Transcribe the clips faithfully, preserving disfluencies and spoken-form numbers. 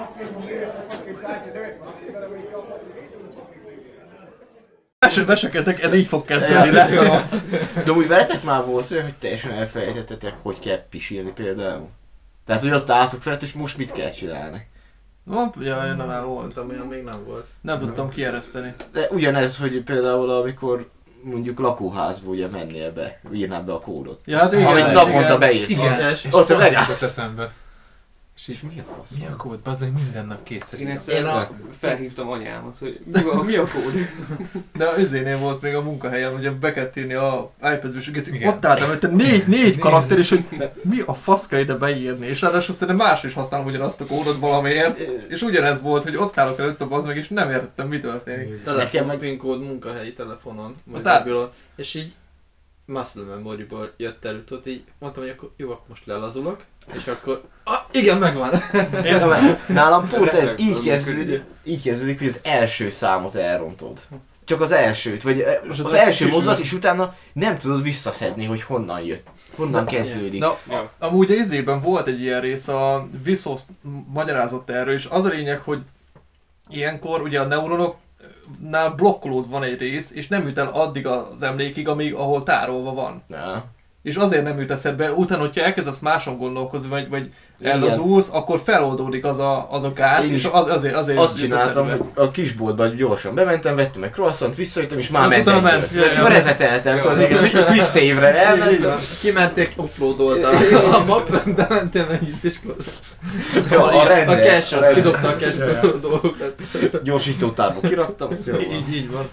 Be se kezdek, ez így fog kezdeni, lesz a... De úgy veletek már volt olyan, hogy teljesen elfelejtettetek, hogy kell pisilni például? Tehát, hogy ott álltok fel, és most mit kell csinálni? No, ja, én nem volt. Szerintem olyan még nem volt. Nem tudtam kiereszteni. De ugyanez, hogy például amikor mondjuk lakóházba ugye mennél be, írnál be a kódot. Ja, hát igen, amit igen, naponta beírsz. Igen, és és ott pont megállsz. jutott eszembe. És így, Mi a fasz? mi a kód? Bazzeg minden nap kétszer. Én írom. egyszer Én a- felhívtam anyámat, hogy mi a, mi a kód? De az izénél volt még a munkahelyen, ugye be kellett írni a iPad-os, Igen. ott álltam, hogy te négy, négy karakter, és hogy mi a fasz kell ide beírni, és ráadásul szerintem más is használom ugyanazt a kódot valamiért, és ugyanez volt, hogy ott állok előtt a bazd meg, és nem értettem, mi történik. Telefon, meg PIN kód munkahelyi telefonon, vagy át- mobilon, és így muscle memory-ból jött el, ott így mondtam, hogy akkor jó, akkor most lelazulok, és akkor... Ah, igen, megvan! Nálam pont ez Reflex így az kezdődik, működik. így kezdődik, hogy az első számot elrontod. Csak az elsőt, vagy eh, És az az első kis- mozdulat, és utána nem tudod visszaszedni, hogy honnan jött. Honnan kezdődik. Na, Ja. amúgy a izében volt egy ilyen rész, a Vsauce magyarázott erről, és az a lényeg, hogy ilyenkor ugye a neuronoknál blokkolód van egy rész, és nem jut el addig az emlékig, amíg ahol tárolva van. Na. És azért nem jut eszedbe, utána, hogyha elkezdesz máson gondolkozni, vagy, vagy Igen. ellazulsz, akkor feloldódik az a, az a gát, Én és is az, azért, azért Azt jut csináltam, eszedbe. hogy a kisboltban gyorsan bementem, vettem egy croissant, visszajöttem, és már Hát ment utána egyből. ment, ja, De ja. csak rezeteltem, Ja. tudod, még a quick save-re Így elmentem. van. Kimenték, uploadoltál a mappon, bementél megint, és akkor... Szóval a A render, cache, a az render. kidobta a cache-ből a dolgokat. Gyorsítótárba kiraktam, azt jól van. Így, így van.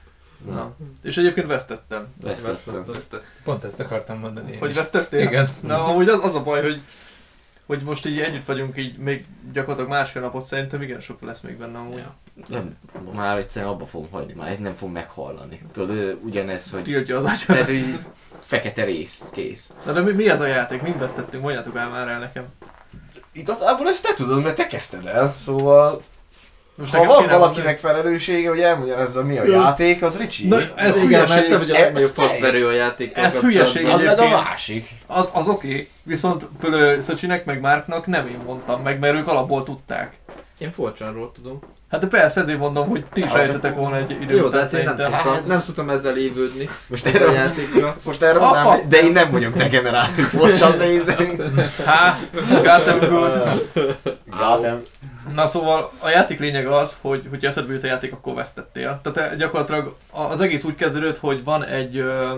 Na, És egyébként vesztettem. vesztettem. Pont ezt akartam mondani én Hogy is. vesztettél? Igen. Na, amúgy az, az a baj, hogy hogy most így együtt vagyunk így még gyakorlatilag másfél napot, szerintem igen sok lesz még benne amúgy. Ja. Nem, már egyszerűen abba fogom hagyni, már nem fog meghallani. Tudod, ő ugyanez, hogy... Tiltja az agyat. Tehát, hogy fekete rész, kész. Na de mi, mi ez a játék? Mind vesztettünk? Mondjátok el már el nekem. Igazából ezt te tudod, mert te kezdted el, szóval... Most Ha nekem van kéne valakinek felelőssége, hogy elmagyarázza mi a játék, az Ricsi. Na, ez Igen, hülyeség. mert te vagy a Ez- legnagyobb faszverő a játékkal ez hülyeség. Az meg a egyébként- másik. Az, az oké, okay. Viszont például Szöcsinek meg Márknak nem én mondtam meg, mert ők alapból tudták. Én Fortune-ról tudom. Hát de persze ezért mondom, hogy ti is Ja, ejtetek volna egy idő Jó, de után ezt én nem szerintem. szoktam, nem szoktam ezzel évődni. Most Ez a erre, játékra. most erre A mondanám, fasz. de én nem vagyok degenerált, hogy Forcsan nézünk. Há, Gotham Good. Gotham. Na szóval a játék lényeg az, hogy hogyha eszedbe jut a játék, akkor vesztettél. Tehát gyakorlatilag az egész úgy kezdődött, hogy van egy ö,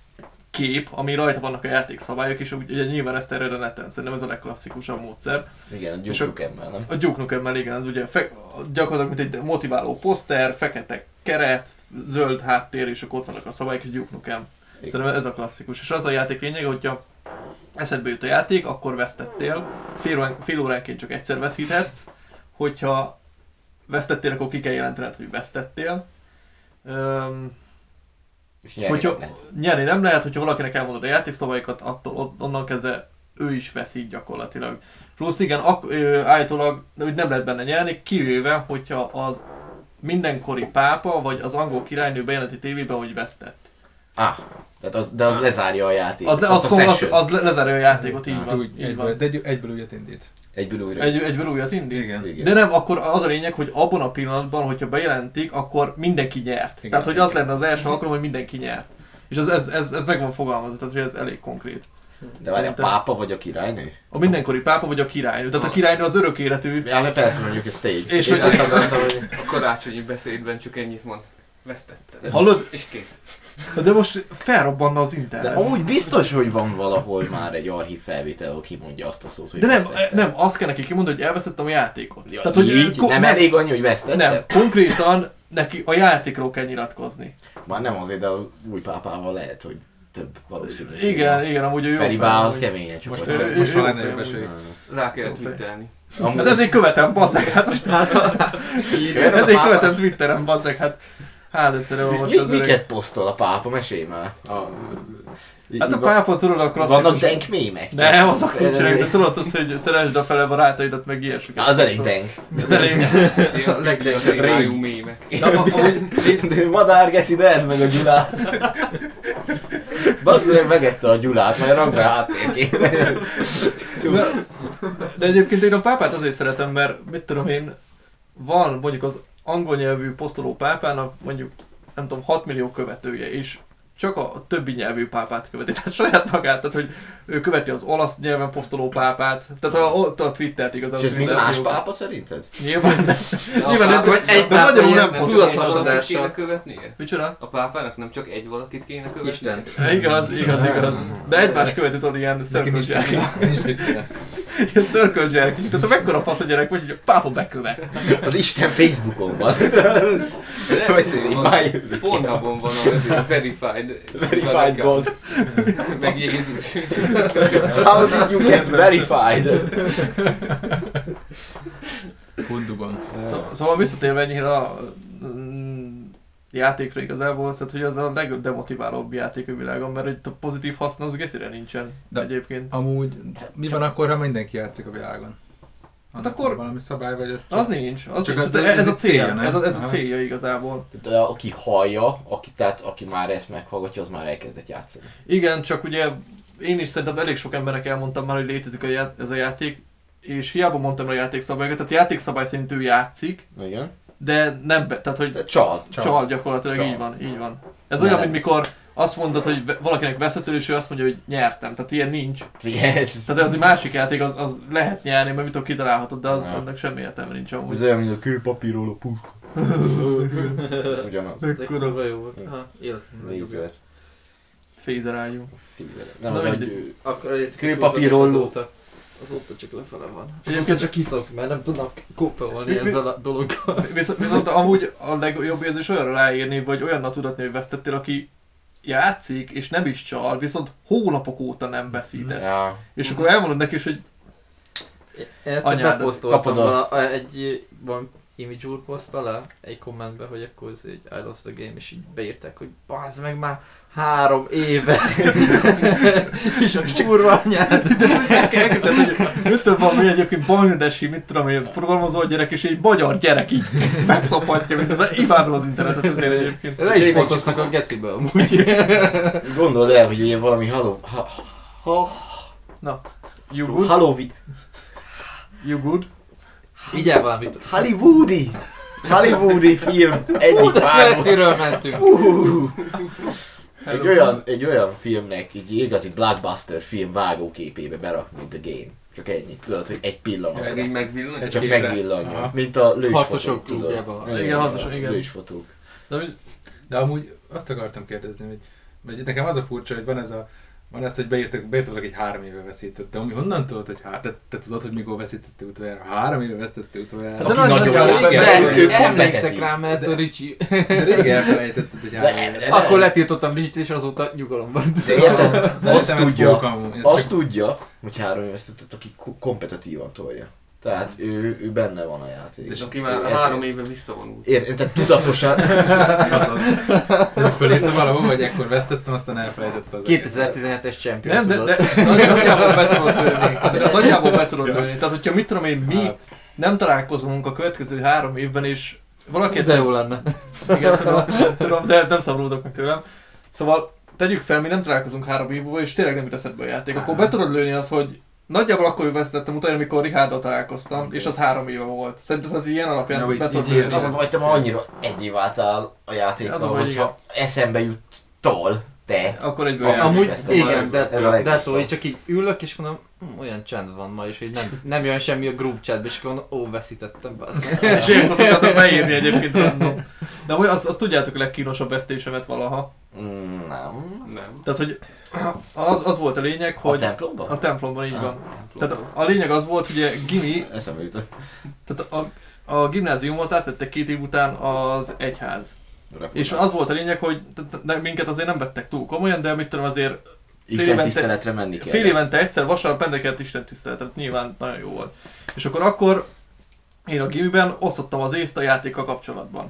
kép, ami rajta vannak a játékszabályok, és ugye nyilván ezt erre a neten, szerintem ez a legklasszikusabb módszer. Igen, a És a- Duke Nukem-mel, nem? A Duke Nukem-mel igen, az ugye fe, gyakorlatilag mint egy motiváló poszter, fekete keret, zöld háttér, és akkor ott vannak a szabályok, és Duke Nukem. Igen. Szerintem ez a klasszikus. És az a játék lényege, hogyha eszedbe jut a játék, akkor vesztettél. Fél, órán, fél óránként csak egyszer veszíthetsz. Hogyha vesztettél, akkor ki kell jelentened, hogy vesztettél. Öm, És nyerni hogyha nem lehet. nyerni nem lehet, hogyha valakinek elmondod a játékszabályokat, attól on- onnan kezdve ő is veszít gyakorlatilag. Plusz igen, ak- ö, állítólag úgy nem lehet benne nyerni, kivéve, hogyha az mindenkori pápa vagy az angol királynő bejelenti tévében, hogy vesztett. Ah, tehát az, de az lezárja a játékot. Az, le, azt az, a az, az, session. az le- lezárja a játékot, így Hát van. úgy, Így egyből, van. de egy, egyből újat indít. Egyből újra. Egy, egyből újat indít? Igen. Igen. De nem, akkor az a lényeg, hogy abban a pillanatban, hogyha bejelentik, akkor mindenki nyert. Igen, Tehát, hogy az igen. lenne az első alkalom, hogy mindenki nyert. És ez, ez, ez, ez meg van fogalmazva, tehát hogy ez elég konkrét. De várj, a Szerintem- pápa vagy a királynő? A mindenkori pápa vagy a királynő. Tehát a királynő az örök életű. Ja, mert persze mondjuk ezt így. És Én hogy- azt gondoltam, hogy... A karácsonyi beszédben csak ennyit mond. Vesztetted. Hallod? És kész. De most felrobbanna az De internet. amúgy biztos, hogy van valahol már egy archív felvétel, ahol kimondja azt a szót, hogy De nem, vesztettem. nem, azt kell neki kimondani, hogy elvesztettem a játékot. Ja, Tehát, hogy így? ko- nem elég annyi, hogy vesztettem? Nem, konkrétan neki a játékról kell nyilatkozni. Már nem azért, de a új pápával lehet, hogy több valószínűség. Igen, igen, amúgy ő jó Feri fej, Bá az amúgy. keményen csak Most, Ő- már, ő- most ő már jó legnagyobb fej, esély. Rá kellett Jó fej. twittelni. Hát ezért követem, bazzeg, hát most Követed a ezért pápa- követem Twitteren, bazzeg, hát hát egyszerűen Mi, olvasd mi, az miket öreg. posztol a pápa? Mesélj már. A, Hát a pápa tudod a klasszikus. Vannak denk mémek? Nem, azok nincsenek, de tudod az, hogy szeresd a fele barátaidat, meg ilyesmiket. Ja, az elég denk. Ez elég. A legrégájú mémek. Na, amúgy De Madár geci, vedd meg a Gyulát. Bazd meg megette a Gyulát, majd rakd rá háttérképre. Na, De egyébként én a pápát azért szeretem, mert mit tudom én, van mondjuk az angol nyelvű posztoló pápának mondjuk nem tudom hat millió követője, és csak a többi nyelvű pápát követi, tehát saját magát, tehát hogy ő követi az olasz nyelven posztoló pápát, tehát a, ott a Twittert igazából. És ez mind minden más jó. pápa szerinted? Nyilván, de, A nyilván nem, pápa- egy de pápa magyarul ilyen nem nem posztoló. tudatlan- Tudatlanul kéne tudatlanással. követnie? Micsoda? A pápának nem csak egy valakit kéne követnie? Isten. Igaz, igaz, igaz. De egymás követi tudod ilyen Neki circle nincs jerking. nincs Twitter. Ilyen circle jerking. Tehát a mekkora fasz a gyerek vagy, hogy a pápa bekövet. Az Isten Facebookon van. De nem, Vagy izé, van, imádjuk. Pornhubon van a, ez a verified, Verified God. meg Jézus. How did you get verified? Kunduban. Szó- Szóval visszatérve ennyire a mm, játékra igazából, tehát hogy az a legdemotiválóbb játék a világon, mert egy pozitív haszna az gecire nincsen De- egyébként. Amúgy mi van akkor, ha mindenki játszik a világon? Annak akkor- van valami szabály, vagy ez Az nincs, az Csak nincs, az- de ez ez a egy célja, célja, nem? ez a, ez a Aha. célja igazából. De aki hallja, aki, tehát aki már ezt meghallgatja, az már elkezdett játszani. Igen, csak ugye én is szerintem elég sok embernek elmondtam már, hogy létezik a já- ez a játék, és hiába mondtam a játékszabályokat, tehát játékszabály szerint ő játszik, Igen. de nem, be, tehát hogy De csal. csal, Csal. gyakorlatilag, Csal. így van, így van. Ez Nem, olyan, nem. mint mikor azt mondod, hogy ve- valakinek veszető, és ő azt mondja, hogy nyertem, tehát ilyen nincs. Yes. Tehát az egy másik játék, az, az lehet nyerni, mert mit tudom, kitalálhatod, de az, Ja. annak semmi értelme nincs amúgy. Ez olyan, mint a kőpapírról a puska. Ugyanaz. Ez egy kurva jó volt. Ha, életemben legjobb Lézer. játék. Fézerájú. Fízere. Nem Na az, hogy mindegy. ő- Akkor egyébként Kőpapír azóta- olló. Azóta, azóta csak lefele van. Egyébként Csak kiszok, mert nem tudnak kópolni Mi- mi- ezzel a dologgal. Viszont, viszont amúgy a legjobb érzés olyanra ráírni, vagy olyannak tudatni, hogy vesztettél, aki játszik, és nem is csal, viszont hónapok óta nem veszített. Ja. És akkor elmondod neki is, hogy Én egyszer Anyádat beposztoltam kapod a- vala, egy van image úr poszt alá, egy kommentbe, hogy akkor ez egy I lost the game, és így beírták, hogy bazd meg már három éve. És a kurva anyád. de most el kell elképzelni, hogy mit tudom valami egyébként bangladesi, mit tudom én, programozó gyerek, és egy magyar gyerek így megszapatja, mint az imádom az internetet azért egyébként. Le is pontoztak a gecibe amúgy. Gondold el, hogy ugye valami haló... Ha, ha, Na, you good? Halloween... You good? Vigyál valamit. Hollywoodi! Hollywoodi film egyik vágó. Messziről mentünk. Uh, egy olyan, egy olyan filmnek, egy igazi blockbuster film vágóképébe berakni, mint a Game. Csak ennyi. Tudod, hogy egy pillanat. Meg így megvillan. Egy Csak képre. megvillanja. Aha. Mint a lősfotók, Harcosok tudod. klubjában. Igen, harcosok, igen. Lősfotók. De, hogy- De amúgy azt akartam kérdezni, hogy, hogy nekem az a furcsa, hogy van ez a van ez, hogy beírtak, beírtak valaki, hogy három éve veszített, de ami honnan tudod, hogy há... te, te tudod, hogy mikor veszítette utoljára? Három éve vesztette utoljára. Hát Aki nagy- nagyon nagy- jó, nagy- de De ő emlékszek kompetitív. rá, mert a Ricsi. De rég elfelejtetted, hogy három De- éve. de- Akkor letiltottam Ricsit, és azóta nyugalom van. De érted? Szerintem Azt ez tudja, fóka amúgy, ez azt csak- tudja, hogy három éves tettet, aki ko- kompetitívan tolja. Tehát ő, ő benne van a játék. És aki már Ez- három éve visszavonult. Érted, tehát tudatosan... De fölírta valahol, hogy ekkor vesztettem, aztán elfelejtette az kétezer-tizenhetes champion, nem, de, tudod? de nagy- nagyjából be tudod lőni. Azért nagyjából be tudod Ja. lőni. Tehát, hogyha mit tudom én, mi Hát. nem találkozunk a következő három évben, és valaki De egyszer... jó lenne. Igen, tudom, tudom, de nem szabadultok meg tőlem. Szóval tegyük fel, mi nem találkozunk három év múlva, és tényleg nem jut eszedbe a játék. Akkor be tudod lőni az, hogy nagyjából akkor vesztettem utána, amikor Richarddal találkoztam, és az három éve volt. Szerintem tehát ilyen alapján Ja, be így- tudod így lőni. Az a baj, te már annyira egyé váltál a Az a játékkal, baj, hogyha eszembe jut tol, te. Akkor egyből Amúgy- játék. Amúgy ezt a igen, baj- de ez a legrosszabb. de hogy csak így ülök és mondom, hm, olyan csend van ma, és hogy nem, nem jön semmi a group chatbe, és akkor mondom, ó, veszítettem be azt. És ilyenkor szoktatok beírni egyébként random. De amúgy azt, azt tudjátok a legkínosabb vesztésemet valaha. Mm, nem. Nem. Tehát, hogy az, az volt a lényeg, A hogy... templomban? A templomban, így Ah, van. templomban. Tehát a, a lényeg az volt, hogy ugye Gimi, Eszembe jutott. tehát a, a gimnáziumot átvette két év után az egyház. És az volt a lényeg, hogy tehát de minket azért nem vettek túl komolyan, de mit tudom azért Isten évente- tiszteletre menni kell. fél évente egyszer vasárnap pendekelt Isten tiszteletet, nyilván nagyon jó volt. És akkor akkor én a gimiben osztottam az észt a játékkal kapcsolatban.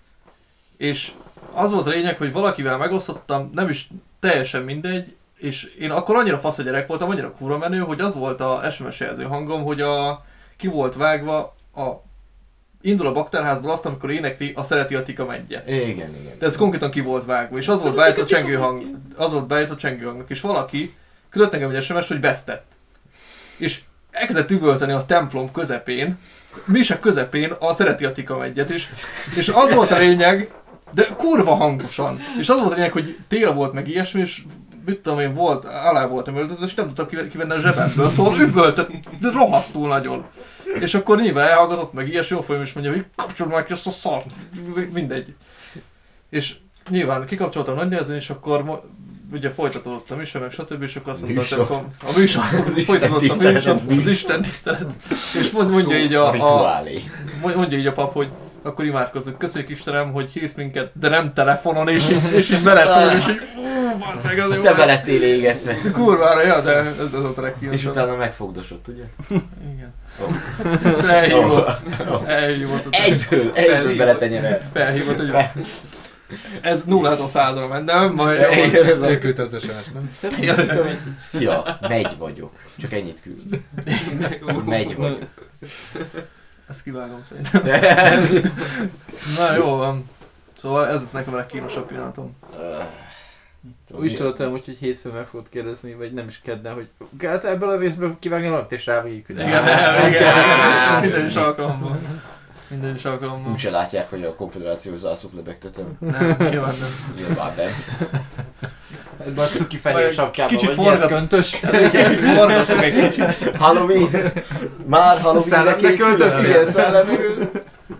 És az volt a lényeg, hogy valakivel megosztottam, nem is teljesen mindegy, és én akkor annyira fasz a gyerek voltam, annyira kurva menő, hogy az volt a es em es jelző hangom, hogy a, ki volt vágva a indul a bakterházból azt, amikor énekli a Szereti a Tika Megye. Igen, igen. De ez konkrétan ki volt vágva, és az volt beállítva a csengő hang, az volt beállítva a csengő hangnak, és valaki küldött nekem egy es em es, hogy vesztett. És elkezdett üvölteni a templom közepén, mise közepén a Szereti Attika egyet is, és az volt a lényeg, de kurva hangosan. És az volt a lényeg, hogy tél volt meg ilyesmi, és mit tudom én, volt, alá voltam öltözve, és nem tudtam kivenni a zsebemből, szóval üvöltött, de rohadtul nagyon. És akkor nyilván elhallgatott meg ilyesmi, jó folyam is mondja, hogy kapcsolod meg ki azt a szart, mindegy. És nyilván kikapcsoltam nagy nehezen, és akkor ugye folytatódott a műsor, meg stb. És akkor azt mondta, hogy akkor a műsor, folytatódott a műsor, az Isten tisztelet. És mondja így a, a, mondja így a pap, hogy akkor imádkozzunk. Köszönjük Istenem, hogy hívsz minket, de nem telefonon, és így, és így belettem, és így úúúú, basszeg, az jó. Te belettél égetve. Kurvára, ja, de ez, ez a track. És utána megfogdosott, ugye? Igen. Elhívott. Elhívott. Egyből, egyből beletenyerel. Felhívott, hogy ez nullától százra ment, nem? Majd ez a küld az es em es, nem? Szia, megy vagyok. Csak ennyit küld. Megy vagyok. Ezt kivágom szerintem. Na jó van. Szóval ez lesz nekem a legkínosabb pillanatom. Úgy is tudottam, úgyhogy hétfőn meg fogod kérdezni, vagy nem is kedden, hogy hát ebből a részből kivágni valamit és rávégjük. Igen, igen, igen, minden is alkalommal. Minden is alkalommal. Úgyse látják, hogy a konfederáció zászlót lebegtetem. Nem, nyilván nem. Nyilván nem. Ebben a cuki fehér sapkában, kicsit vagy ez forgat- köntös. Kicsit forgatok egy kicsit. Halloween! Már Halloween-re Szellembe készül, költöztél? ilyen szellemű.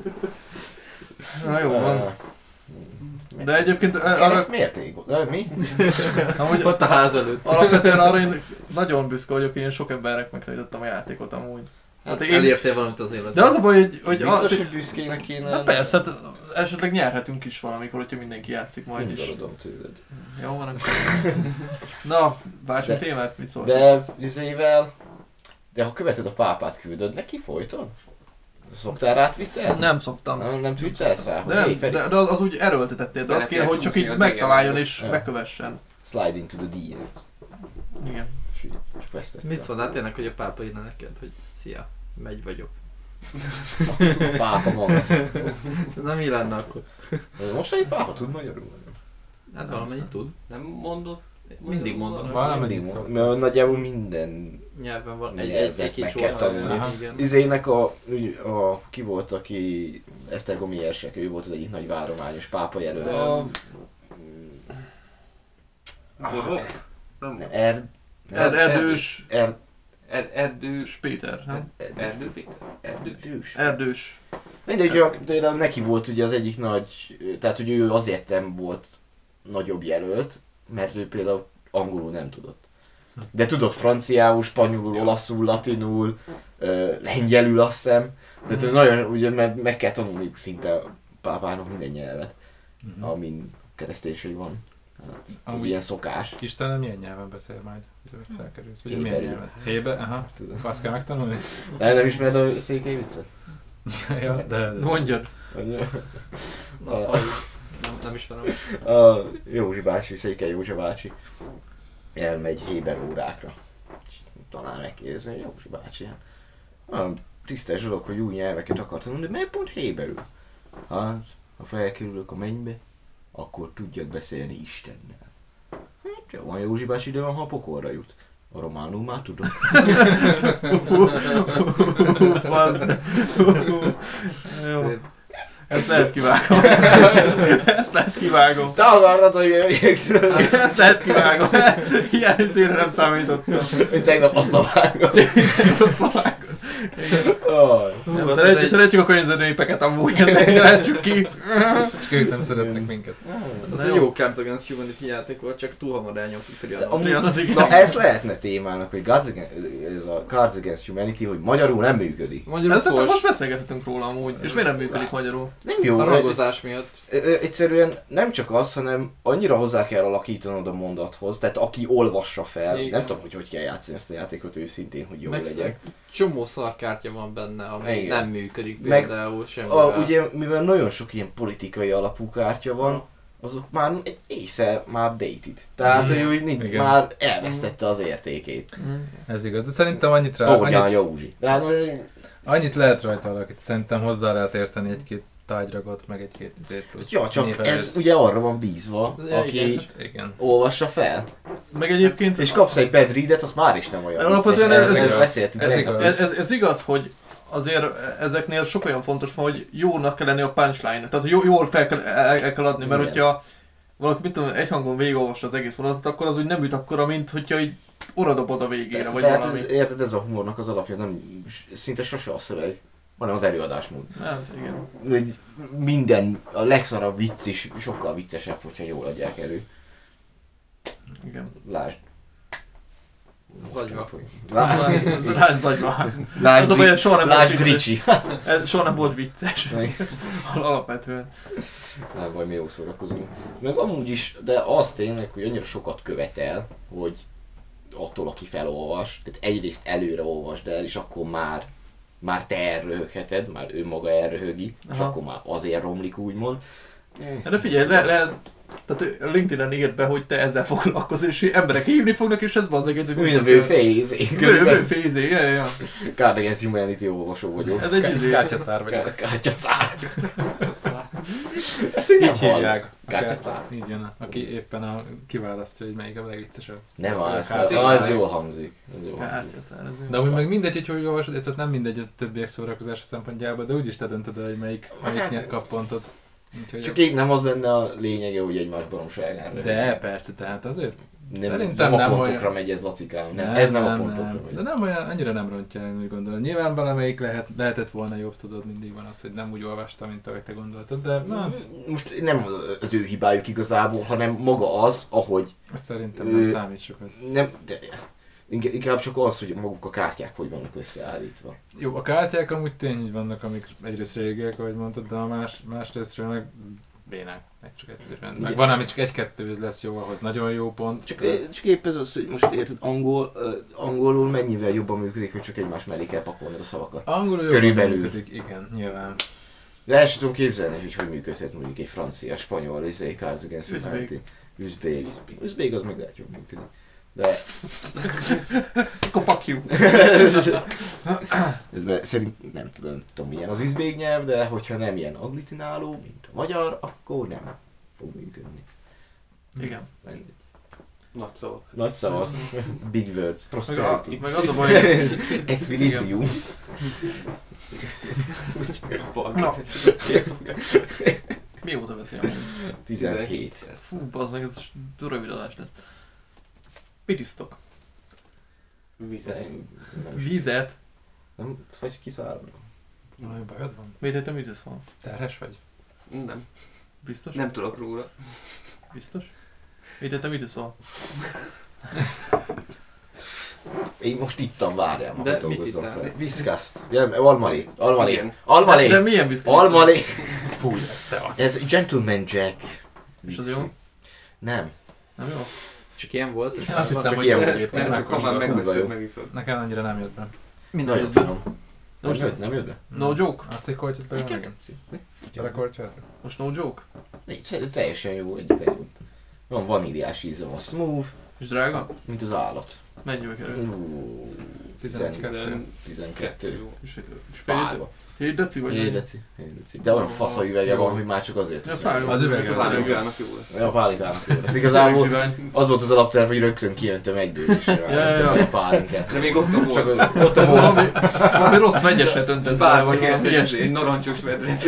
Na jó van. De egyébként Kereszt arra, miért ég? Mi? amúgy Ott a ház előtt. alapvetően arra én nagyon büszke vagyok, én sok embernek megtanítottam a játékot amúgy. Hát én- elértél valamit az életben. De az a baj, hogy... hogy Biztos, a, hogy büszkének kéne. na persze, hát esetleg nyerhetünk is valamikor, hogyha mindenki játszik majd is. Undorodom tőled. Jó van, akkor. Na, váltsunk De- témát, mit szól? De izével... De ha követed a pápát, küldöd neki folyton? Szoktál rá twittelni? Nem szoktam. Nem, nem twittelsz rá? De, Hogy nem, hey, Feri, de, de az, az úgy erőltetettél, de Bele azt kéne, kell hogy csak csúszni így a megtaláljon dé em-be. és Ja. megkövessen. slide into the D M. Igen. És így csak vesztettem. Mit szólnál tényleg, hogy a pápa írna neked, hogy szia, megy vagyok. A pápa maga. Na mi lenne akkor? Most egy pápa tud magyarul. Hát valamennyit tud. Nem mondott? Mindig mondom. Valamennyit Mindig szoktam. Mert nagyjából minden Nyelven van, egy, Nyelvet egy, egy-két meg kell sor tanulni. hallani, igen. izének a, úgy, a, ki volt, aki Esztergomi érsek, ő volt az egyik nagy várományos pápa jelölt. A Borok? Nem. Er, Erd- Erdős er, Erd- Erdős. Péter, nem? Erdő Péter? erdős. Erdős. Mindegy, csak tényleg neki volt ugye az egyik nagy, tehát hogy ő azért nem volt nagyobb jelölt, mert ő például angolul nem tudott. De tudott franciául, spanyolul, olaszul, latinul, ö, lengyelül azt hiszem. De mm. nagyon, ugye, mert meg kell tanulni szinte a pápának minden nyelvet, Mhm. amin kereszténység van. Ez Amúgy ilyen szokás. Istenem milyen nyelven beszél majd, hogy felkerülsz? Vagy milyen Héberül. nyelven? Hébe? Aha. Tudom. Azt kell megtanulni? De nem ismered a székely viccet? ja, de... Mondjad. Na, halljuk. Nem, nem ismerem. A Józsi bácsi, Székely Józsi bácsi elmegy Héber órákra. Talán megkérdezni, hogy Józsi bácsi, hát olyan tisztes dolog, hogy új nyelveket akar tanulni, de miért pont héberül? Hát, ha felkerülök a mennybe, akkor tudjak beszélni Istennel. Hát jó van Józsi bácsi, de van, ha a pokolra jut. A románul már tudok. Jó. Ezt lehet kivágom. Ezt lehet kivágom. Te akartad, hogy jöjjek szülni? Ezt lehet kivágom. Ilyen izére nem számítottam. Hogy tegnap a szlovákon. A szlovákon. Aj. Nem, szeretjük, szeretjük a környezetnépeket amúgy, ezeket jelentjük ki. Csak ők nem szeretnek minket. Ez egy jó Cards Against Humanity játék volt, csak túl hamar elnyomtuk Trianon. Amúgy, na ez lehetne témának, hogy Cards Against, ez a Cards Against Humanity, hogy magyarul nem működik. Magyarul Ezt most most beszélgethetünk róla amúgy. És miért nem működik magyarul? Nem jó. a ragozás miatt. Ö, ö, Egyszerűen nem csak az, hanem annyira hozzá kell alakítanod a mondathoz, tehát aki olvassa fel, Igen. nem tudom, hogy hogy kell játszani ezt a játékot őszintén, hogy jó Meg legyen. csomó szalkártya van benne, ami Igen. nem működik Meg például semmivel. A, ugye, mivel nagyon sok ilyen politikai alapú kártya van, azok már egy része már dated. Tehát, hogy úgy nincs, Igen. már elvesztette az értékét. Ez igaz, de szerintem annyit rá, Ahogyan annyit, Józsi. De hát, hogy annyit lehet rajta alakítani, szerintem hozzá lehet érteni egy-két tárgyragot, meg egy-két izét plusz. Ja, csak névelőt. ez ugye arra van bízva, Ja, aki igen. Igen. olvassa fel. Meg egyébként... És kapsz egy bad readet, az már is nem olyan Alapvetően vicces. ez Ezzel igaz. beszéltünk Ez tegnap igaz. is. Ez, ez, ez igaz, hogy azért ezeknél sok olyan fontos van, hogy jónak kell lenni a punchline. Tehát jó, jól fel kell, el, el kell adni, mert Igen. hogyha valaki mit tudom, egy hangon végigolvassa az egész vonatot, akkor az úgy nem üt akkora, mint hogyha így oradobod a végére, Ez, vagy tehát, valami. érted, ez a humornak az alapja, nem, szinte sose a szöveg, hanem az előadásmód. Hát igen. Hogy minden, a legszarabb vicc is sokkal viccesebb, hogyha jól adják elő. Igen. Lásd. Zagyva. Lásd, Rács zagyva. lásd, Az a baj, hogy soha nem volt lásd vicces. Ricsi. Ez soha nem volt vicces. Alapvetően. Nem baj, mi jó szórakozunk. Meg amúgy is, de az tényleg, hogy annyira sokat követel, hogy attól, aki felolvas, tehát egyrészt előre olvasd el, és akkor már, már te elröhögheted, már ő maga elröhögi, és Aha. akkor már azért romlik úgymond. De figyelj, le, le, tehát LinkedIn-en írt be, hogy te ezzel foglalkozol, és emberek hívni fognak, és ez az egész. Bő fejézé. Bőfézé, ja, ja. Card Against Humanity olvasó vagyok. Ez egy izé. Kártyacár vagyok. Kártyacár. Ezt én nem Így hívják. hallom. Kártyacár. Így jön, aki éppen a, kiválasztja, hogy melyik a legviccesebb. Nem az, Kártyacár. az jól hangzik. Az jól hangzik. Kártyaszár, ez jó. De amúgy meg mindegy, hogy hogy olvasod, tehát nem mindegy a többiek szórakozása szempontjából, de úgyis te döntöd el, hogy melyik, melyik kap pontot. Úgyhogy Csak így nem az lenne a lényege, hogy egymás baromságára. de persze, tehát azért nem, szerintem nem a nem pontokra olyan- megy ez, Lacikám. Nem, ez nem, a pontokra nem. megy. De nem olyan, annyira nem rontja, én úgy gondolom. Nyilván valamelyik lehet, lehetett volna jobb, tudod, mindig van az, hogy nem úgy olvastam, mint ahogy te gondoltad, de na, Most nem az ő hibájuk igazából, hanem maga az, ahogy ez szerintem Ő- nem számít sokat. nem, de inkább inkább csak az, hogy maguk a kártyák hogy vannak összeállítva. Jó, a kártyák amúgy tény így vannak, amik egyrészt régiek, ahogy mondtad, de a más, másrésztről meg bénák, meg csak egyszerűen. Meg Igen. van, ami csak egy-kettő lesz jó, ahhoz nagyon jó pont. Csak, csak épp ez az, hogy most érted, angol, uh, angolul mennyivel jobban működik, hogy csak egymás mellé kell pakolnod a szavakat. Angolul jobban Körülbelül. működik, igen, nyilván. De el sem tudom képzelni, hogy hogy működhet mondjuk egy francia, spanyol, izé, Cards Against Üzbég. Humanity. Üzbég. Üzbég az meg lehet jól működik. De Akkor fuck you. ez be- szerint nem tudom, nem tudom milyen az üzbég nyelv, de hogyha nem ilyen aglitináló, mint a magyar, akkor nem fog működni. Igen. Mindegy. Nagy szavak. Nagy szavak, big words, Meg, a, prosperity. meg az a baj, hogy Equilibrium. Na. mióta veszi amúgy? tizenhét. Fú, bazzeg, ez rövid adás lesz. Mit isztok? Vizet. Vízet? Nem vagy kiszállni. Valami bajod van? Miért te mit iszol? Terhes vagy? Nem. Biztos? Nem tudok róla. Biztos? Miért te mit iszol? Én most ittam, várjál, ma De hogy mit dolgozzam ittál? fel. Viszkászt. Almalé. Almalé. Igen. Almalé. De milyen viszki? Almalé. Fúj, ez te vagy. Ez Gentleman Jack. És az jó? Nem. Nem jó? Csak ilyen volt, és Én azt már hittem, csak hogy ilyen jó volt. éppen Nem csak ha már kurva jó. megvetted, megiszod. Nekem annyira nem jött be. Nagyon finom. De most Nem jött- nem jött be? no joke? A cikkoltyot be Igen. megint? Gyakorlatilag. Most no joke? Nincs, szerintem teljesen jó, egyik legjobb. Van vaníliás íze, van smooth, És drága? mint az állat. Mennyibe kerül? Ú, tizenegy tizen- Kettő tizenkettő. jó. És, és fél, Fájva. fél deci vagy? Egy mennyi? deci. egy deci. De olyan fasz a üvege van, hogy már csak azért. Ja, az tudja. fájva. Az üveg Az az jó. állagának jó lesz. A pálinkának jó. Ez igazából Zsivány. az volt az alapterv, hogy rögtön kijöntöm egy dőzésre. Ja, ja, ja. A pálinkát. De még ott a Csak volt. ott- ott a volt. Valami, valami rossz vegyeset öntesz bele, vagy Bármi valami egy, ilyesmi. egy narancsos vedret.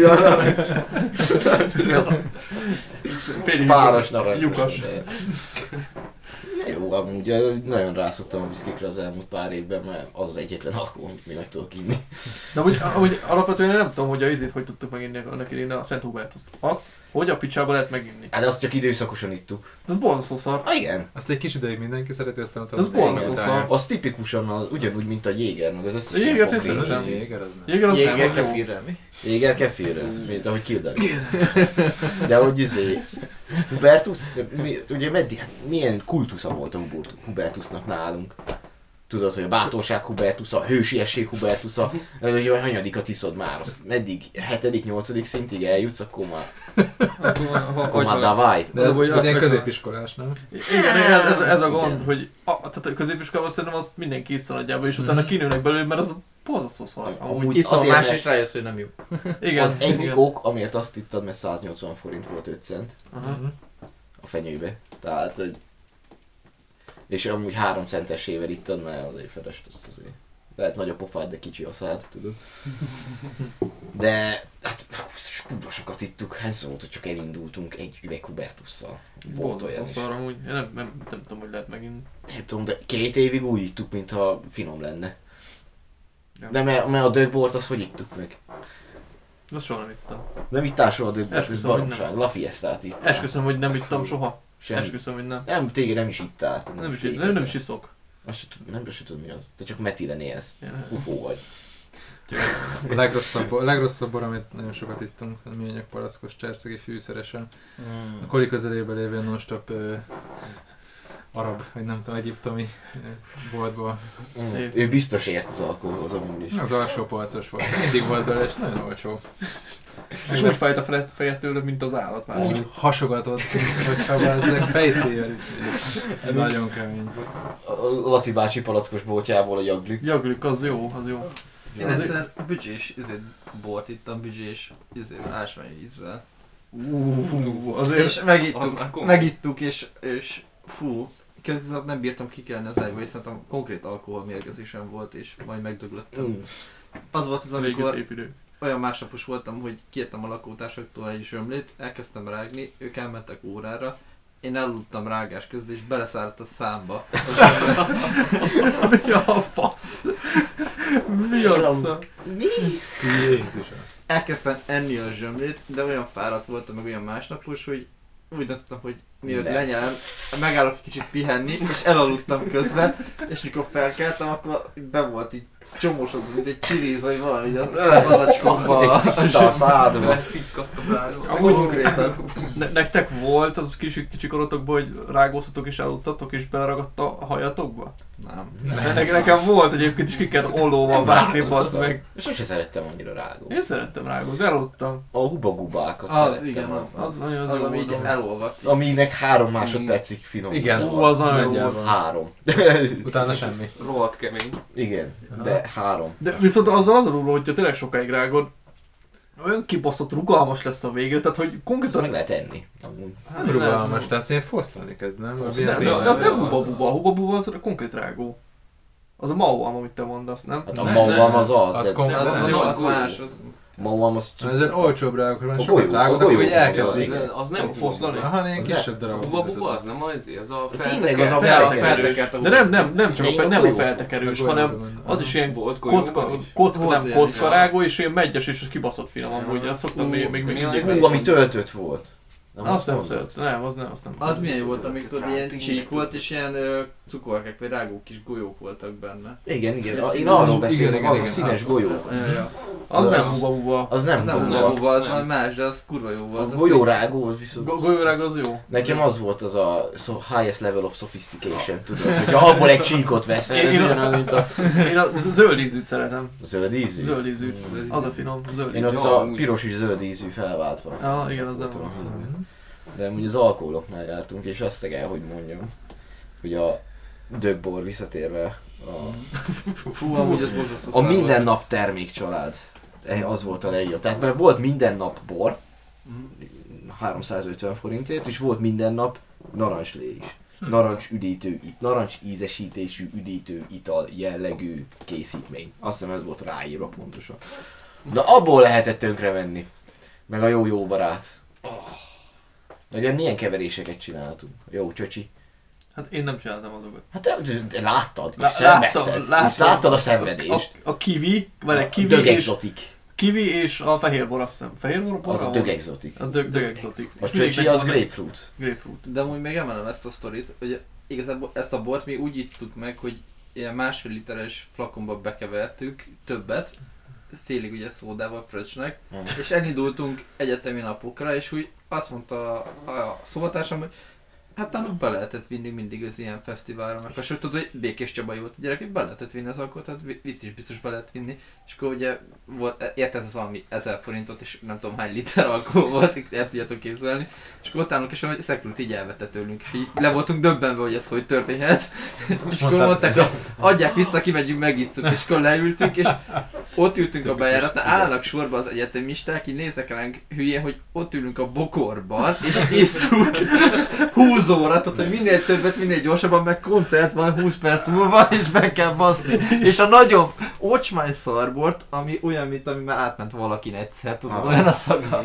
Félig Páros narancs. lyukas. De- Ne jó, amúgy eh, nagyon rászoktam a viszkikre az elmúlt pár évben, mert az az egyetlen alkohol, amit még meg tudok inni. De amúgy, amúgy alapvetően én nem tudom, hogy a izét hogy tudtuk meginni annak idején a Szent Hubertuszt. Azt, hogy a picsába lehet meginni. Hát de azt csak időszakosan ittuk. Ez borzasztó szar. Ah igen, Azt egy kis ideig mindenki szereti, aztán utána... Ez borzasztó Igen, szar. az tipikusan az, ugyanúgy, mint a Jéger, meg az összes A Jégert ilyen én fogrény szeretem. ízű. Jéger, az nem. Jéger az nem, Jéger az jó. kefirrel, mi? Jéger kefirre, mint ahogy Kildare. De hogy izé, Hubertus, mi, ugye meddig, hát milyen kultusza volt a Hubert- Hubertusnak nálunk? Tudod, hogy a bátorság Hubertusza, a hősiesség Hubertusza, hogy olyan hanyadikat iszod már, azt meddig hetedik nyolcadik szintig eljutsz, akkor már, akkor már davaj. De Az a ez, baj, ez ilyen az- középiskolás, nem? Igen, ez, ez, ez a gond, Igen. hogy a, tehát a középiskolában szerintem azt mindenki iszza nagyjából, és utána kinőnek belőle, mert az borzasztó szar. Amúgy, Amúgy Iszom azért, más mert és rájössz, hogy nem jó. igen, az egyik igen. ok, amiért azt ittad, mert száznyolcvan forint volt öt cent Aha. a fenyőbe. Tehát, hogy... És amúgy három centesével ittad, mert azért fedest azt azért. Lehet nagy a pofád, de kicsi a szád, tudod. De hát kurva sokat ittuk, hányszor volt, hogy csak elindultunk egy üveg Hubertusszal. Volt olyan Borzasztó is. szar amúgy. Én nem, nem, nem tudom, hogy lehet megint. Nem tudom, de két évig úgy ittuk, mintha finom lenne. Ja. De mert, mert a dögbort az hogy ittuk meg? Azt soha nem ittam. Nem ittál soha a dögbort, ez Esküszöm, hogy baromság. nem. La Fiestát ittál. Esküszöm, hogy nem ittam soha. Semmi. Esküszöm, hogy nem. Nem, téged nem is ittál. te Nem is, létezel. nem, nem is iszok. Azt se tud, nem se tudom mi az. Te csak metilen élsz. Ja. Ufó vagy. A legrosszabb, a legrosszabb bor, amit nagyon sokat ittunk, a műanyag palackos cserszegi fűszeresen. A Koli közelében lévő non-stop ö, arab, vagy nem tudom, egyiptomi ö, boltból. Szép. Ő biztos ért az alkoholhoz amúgy is. Az alsó polcos volt. Mindig volt belőle, és nagyon olcsó. És úgy fájt a fe- feje tőle, mint az állat már. Úgy hasogatott, hogyha ezek fejszével is. Nagyon kemény. A Laci bácsi palackos boltjából a jaglik. Jaglik, az jó, az jó. Én egyszer büdzsés izé, bort ittam, büdzsés izé, ásványvízzel. Ú, azért... És Az megittuk, már komoly. megittuk és, és fú, közben nem bírtam kikelni az ágyba, és szerintem konkrét alkoholmérgezésem volt, és majd megdöglöttem. Mm. Az volt az, Régi amikor szép idő. olyan másnapos voltam, hogy kiettem a lakótársaktól egy zsömlét, elkezdtem rágni, ők elmentek órára, én elaludtam rágás közben, és beleszállt a számba. Mi a fasz? Mi az? Mi? Jézusom. Elkezdtem enni a zsömlét, de olyan fáradt voltam, meg olyan másnapos, hogy úgy döntöttem, hogy miért Ne. lenyelem, megállok egy kicsit pihenni, és elaludtam közben, és mikor felkeltem, akkor be volt így csomósodva, mint egy csiriz, vagy valami, az adacskomba. Egy tiszta a szádba. Leszikkadt az áról. Amúgy Konkrétan. ne, nektek volt az kis, kicsi korotokban, hogy rágóztatok és elaludtatok és beleragadt a hajatokba? Nem. Ne, ne, nekem volt egyébként is ki kellett ollóval vágni, bazd meg. Sose szerettem annyira rágót. Én szerettem rágózni, de elaludtam. A hubagubákat Az, szerettem. igen, az, Az nagyon az, az, jó ami így volt. elolvadt. Aminek három másodpercig finom. Igen. íze Ú, van. az nagyon jó Nagyjából. volt. Három. Utána semmi. Rohadt kemény. Igen, de három. De viszont azzal az a durva, hogyha tényleg sokáig rágod, olyan kibaszott rugalmas lesz a végre, tehát hogy Azt konkrétan... meg lehet enni. Amúgy. Hát Nem rugalmas, tehát azért fosztani kezd, nem? Fosztani. De, Ilyen- de, de az nem az- huba-buba, a huba-buba az a konkrét rágó. Az a mauam, amit te mondasz, nem? Hát a Nem, mauam nem. az az, Az de kom- Az, az, Nem, jó, az az golyó. más, az... mauam az Ha ezen olcsóbb rágok, mert A sokat golyó, rágod, a akkor golyó, így elkezdik. igen. Az nem Foszlani? huba-buba. Aha, ilyen Az kisebb A darabok. huba-buba az nem az, az a Tényleg az a feltekert. feltekerős. feltekert a De nem, nem, nem csak De a, fe, én a nem a golyó- feltekerős, a golyó- hanem az is ilyen Volt golyóban kocka, is? kocka, Volt nem ilyen, kocka ja. rágó, és ilyen meggyes és kibaszott finom amúgy, azt szoktam Ú, még, még, még mi így az? Hú, ami töltött volt. Azt nem mondod? szeret, nem, az nem, azt nem. Az milyen jó volt, amikor ilyen Tényleg. csík volt, és ilyen ö, cukorkák, vagy rágó kis golyók voltak benne. Igen, igen, Ez a- én színes- arról igen, beszélek, igen, az a igen, színes az- golyó. Ja, ja. Az nem az- huba-buba. Az nem Az nem huba. huba, az Nem. valami más, de az kurva jó A volt. az golyórágó az viszont... Go- Golyórág az jó. Nekem az volt az a so highest level of sophistication, tudod, hogy abból egy csíkot veszel, ez Én- én- ugyanaz, mint a Én a z- zöld ízűt szeretem. zöld ízű. Zöld ízűt. Mm. Az a finom, zöld Én ízű. ott Jó, a amúgy. piros és zöld ízű felváltva. Ja, igen, az nem Voltam. rossz. De amúgy az alkoholoknál jártunk, és azt kell, hogy mondjam, hogy a dögbor visszatérve a, Fú, amúgy az borzasztó a szar minden volt. nap termékcsalád. Eh, Az volt a legjobb. Tehát mert volt minden nap bor, háromszázötven forintért, és volt minden nap narancslé is. Narancs üdítő, it- narancs ízesítésű üdítő ital jellegű készítmény. Azt hiszem ez volt ráírva pontosan. Na abból lehetett tönkrevenni. Meg a jó jó barát. Oh. Meg milyen keveréseket csináltunk. Jó csöcsi. Hát én nem csináltam azokat. Hát te, te láttad, és Lá- szenvedted. láttam, És láttad a A, szenvedést. a kiwi, vagy egy A kiwi dög és, exotik. kiwi és a fehérbor, azt hiszem. Fehérbor? Az a borra dög volt? exotik. A dög, dög exotik. A És mindig csöcsi az nekem grapefruit. Grapefruit. De amúgy még emelem ezt a sztorit, hogy igazából ezt a bort mi úgy ittuk meg, hogy ilyen másfél literes flakonba bekevertük többet, félig ugye szódával, fröccsnek, Hmm. és elindultunk egyetemi napokra, és úgy azt mondta a, a szobatársam, hogy Hát nálunk be lehetett vinni mindig az ilyen fesztiválra, meg most tudod, hogy Békés Csabai volt a gyerek, hogy be lehetett vinni az alkoholt, tehát vi- itt is biztos be lehet vinni. És akkor ugye volt, érted, ez valami ezer forintot, és nem tudom hány liter alkohol volt, el tudjátok képzelni. És akkor ott állunk, és a Szekült így elvette tőlünk, és így le voltunk döbbenve, hogy ez hogy történhet. És akkor mondták, hogy adják vissza, kimegyünk, megisszuk, és akkor leültünk, és ott ültünk a bejáratnál, állnak sorba az egyetemisták, így néznek ránk hülyén, hogy ott ülünk a bokorban, és isszuk húsz óra, tudod, hogy minél többet, minél gyorsabban, meg koncert van húsz perc múlva, és meg kell baszni. És a nagyobb ocsmány szarbort, ami olyan, mint ami már átment valakin egyszer, tudod, Ah. olyan a szaga.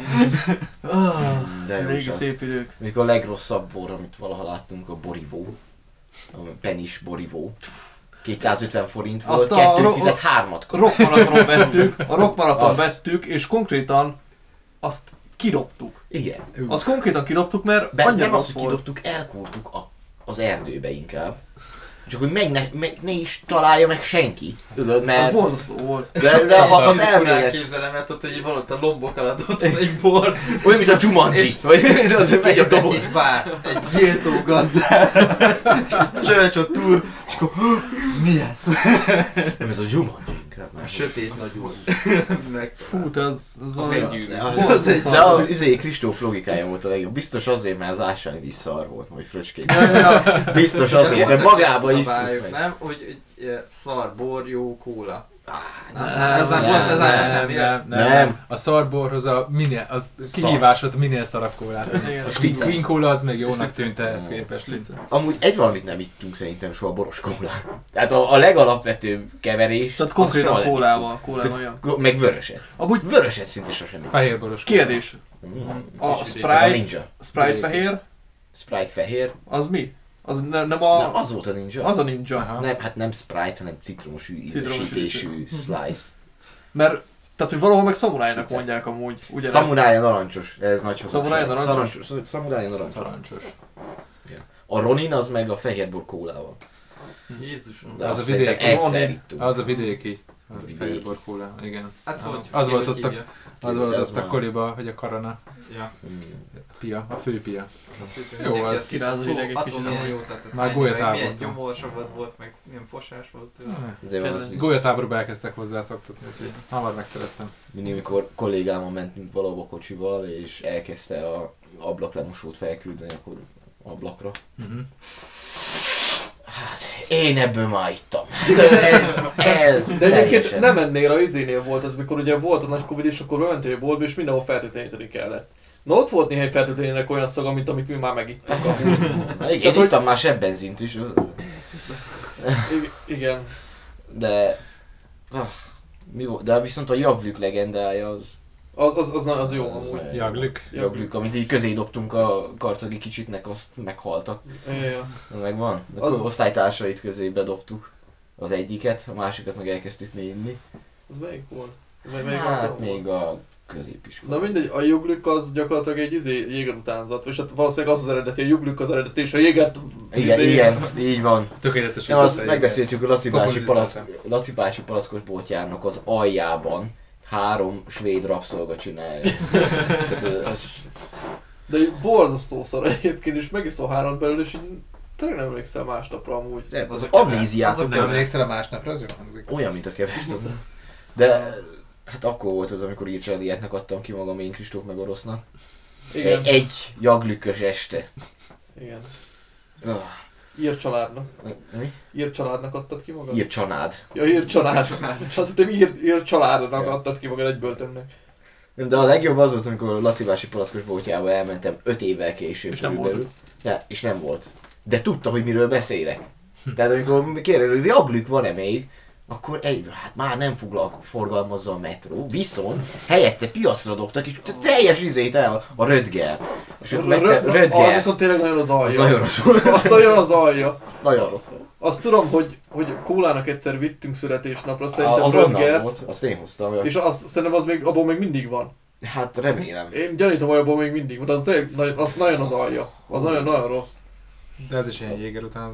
De jó is Régi az. szép idők. Még a legrosszabb bor, amit valaha láttunk, a Borivó. A Penis Borivó. kétszázötven forint volt, Azt a kettő ro- fizet, hármat kap. Rockmaraton vettük, a rockmaraton Az. vettük, és konkrétan azt kidobtuk. Igen. Azt konkrétan kidobtuk, mert Be, annyira nem rossz azt, hogy volt. kidobtuk, elkúrtuk a, az erdőbe inkább. Csak hogy meg ne, meg ne is találja meg senki. Tudod, Az mert... borzasztó volt. De, de ha az elmélet... Elképzelem, mert ott, hogy van ott a lombok alatt, ott van egy bor. Olyan, mint a Jumanji. És- Vagy tudod, megy a dobó. Egy bár, egy méltó gazdára. Csöcs a túr, és akkor mi ez? Nem, ez a Jumanji inkább. A sötét nagy úr. Meg Fú, te az, az, Az olyan- egy gyűrű. De Az az, egy- de a izé, Kristóf logikája volt a legjobb. Biztos azért, mert az ásványvíz szar volt, vagy fröcskét. Ja, ja, ja. Biztos azért, de magába is isszuk meg. nem? Hogy egy ilyen szar, bor, jó, kóla. Á, Ez nem volt, ez nem, nem, nem, nem, nem, Nem. A szarborhoz a minél, az kihívás volt a minél szarabb kólát. Igen. A Queen Cola az még jónak tűnt ehhez képest. Amúgy egy valamit nem ittunk szerintem soha, boros kólát. Tehát a, a legalapvetőbb keverés. Tehát az konkrétan soha nem kólával, kólával olyan. ittunk. Meg vöröset. Amúgy Vöröset szinte sosem ittunk. Fehérboros. kérdés, Mm. a Az a Sprite, ninja. Sprite fehér, Sprite fehér. az mi? Az ne, nem a... Nem, az volt a ninja. Az a ninja. Aha. Nem, hát nem Sprite, hanem citromos Citromos ízesítésű slice. Mert, tehát hogy valahol meg szamurájnak Slice. mondják amúgy. Ugyanezt. Szamurája narancsos, ez nagy hazugság. Szamurája narancsos? Szarancs- Szamurája narancsos. Szarancsos. A Ronin az meg a fehérbor kólával. Jézusom. De Az azt a vidéki. szerintem egyszer Ronin. ittunk. Az a vidéki. A Vidéki. Fehérbor Cola, igen. Hát hogy? Az ki volt hogy ott a- hívja? Az volt Ez ott a már- koliba, hogy a karana. Ja. Mm. Pia, a fő pia. Jó, Mindenki az azt kiráz az hitte, ideg egy attól kicsit, milyen amúgy. jó, tehát Már hány- gólyatávol Milyen voltam. gyomorsavad volt, meg milyen fosás volt. Ezért van az, Kedvenc. Gólyatáborba elkezdtek hozzá szoktatni, úgyhogy hamar megszerettem. mindig, amikor kollégámmal mentünk valahova kocsival, és elkezdte a ablaklemosót felküldeni, akkor ablakra. Uh-huh. Hát, én ebből már ittam. De ez, ez De egyébként teljesen- nem ennél a izénél volt az, mikor ugye volt a nagy Covid, és akkor bementél a boltba, és mindenhol feltétleníteni kellett. Na ott volt néhány feltétlenének olyan szaga, mint amit mi már megittunk. amúgy. Na igen, Tehát, hogy- ittam már sebbenzint is, I- igen. de... Ah, mi volt? De viszont a jaglük legendája az... Az, az, az, na- az jó az amúgy. nagyon jó. Jaglük. Jaglük, amit így közé dobtunk a karcagi kicsitnek, azt meghaltak. Ja, ja. Megvan? Az- Az... osztálytársait közé bedobtuk az egyiket, a másikat meg elkezdtük mi inni. Az melyik volt? Mely, melyik Hát alkalom még volt? a középiskola. Na mindegy, a juglük az gyakorlatilag egy izé jéger utánzat, és hát valószínűleg az az eredeti, a juglük az eredeti, és a jégert... Igen, izé- igen, így van. Tökéletes. Nem, azt megbeszéltük a Laci bácsi, palack, Kommunizáltam. Laci bácsi palackos boltjának az aljában három svéd rabszolga csinálja. Tehát, az, De egy borzasztó szar egyébként, és megiszol három belőle, és így tényleg nem emlékszel másnapra amúgy. az, Az az a kever- amnéziátok az a Nem az emlékszel a másnapra, az jó hangzik. olyan, mint a kevert. De hát akkor volt az, amikor írcsadiáknak adtam ki magam én Kristóf meg Orosznak. Igen, Egy, egy jaglükös este. igen. Ah, Ír családnak. mi? Ír családnak adtad ki magad? Ír csanád. Ja, ír család. Azt hittem ír, ír családnak Ja. adtad ki magad egy böltönnek. De a legjobb az volt, amikor a Laci bácsi palackos boltjába elmentem öt évvel később. És nem körülbelül. Ne, és nem volt. De tudta, hogy miről beszélek. Tehát amikor kérdez, hogy jaglük van-e még, akkor egy, hát már nem foglalko, forgalmazza a metró, viszont helyette piacra dobtak, és teljes izét el a rödgel. És Rö- meg rö- Az rödgel. viszont tényleg nagyon az alja. Nagyon rossz volt. Az nagyon az alja. Nagyon rossz volt. Azt tudom, hogy, hogy Kólának egyszer vittünk születésnapra, A- szerintem Az onnan Rödgert, volt, azt én hoztam. és azt, szerintem az még, abból még mindig van. Hát remélem. Én gyanítom, hogy abból még mindig van, de az, tényleg, nagy- az nagyon az alja. Az nagyon-nagyon rossz. De ez is ilyen jéger utánzat.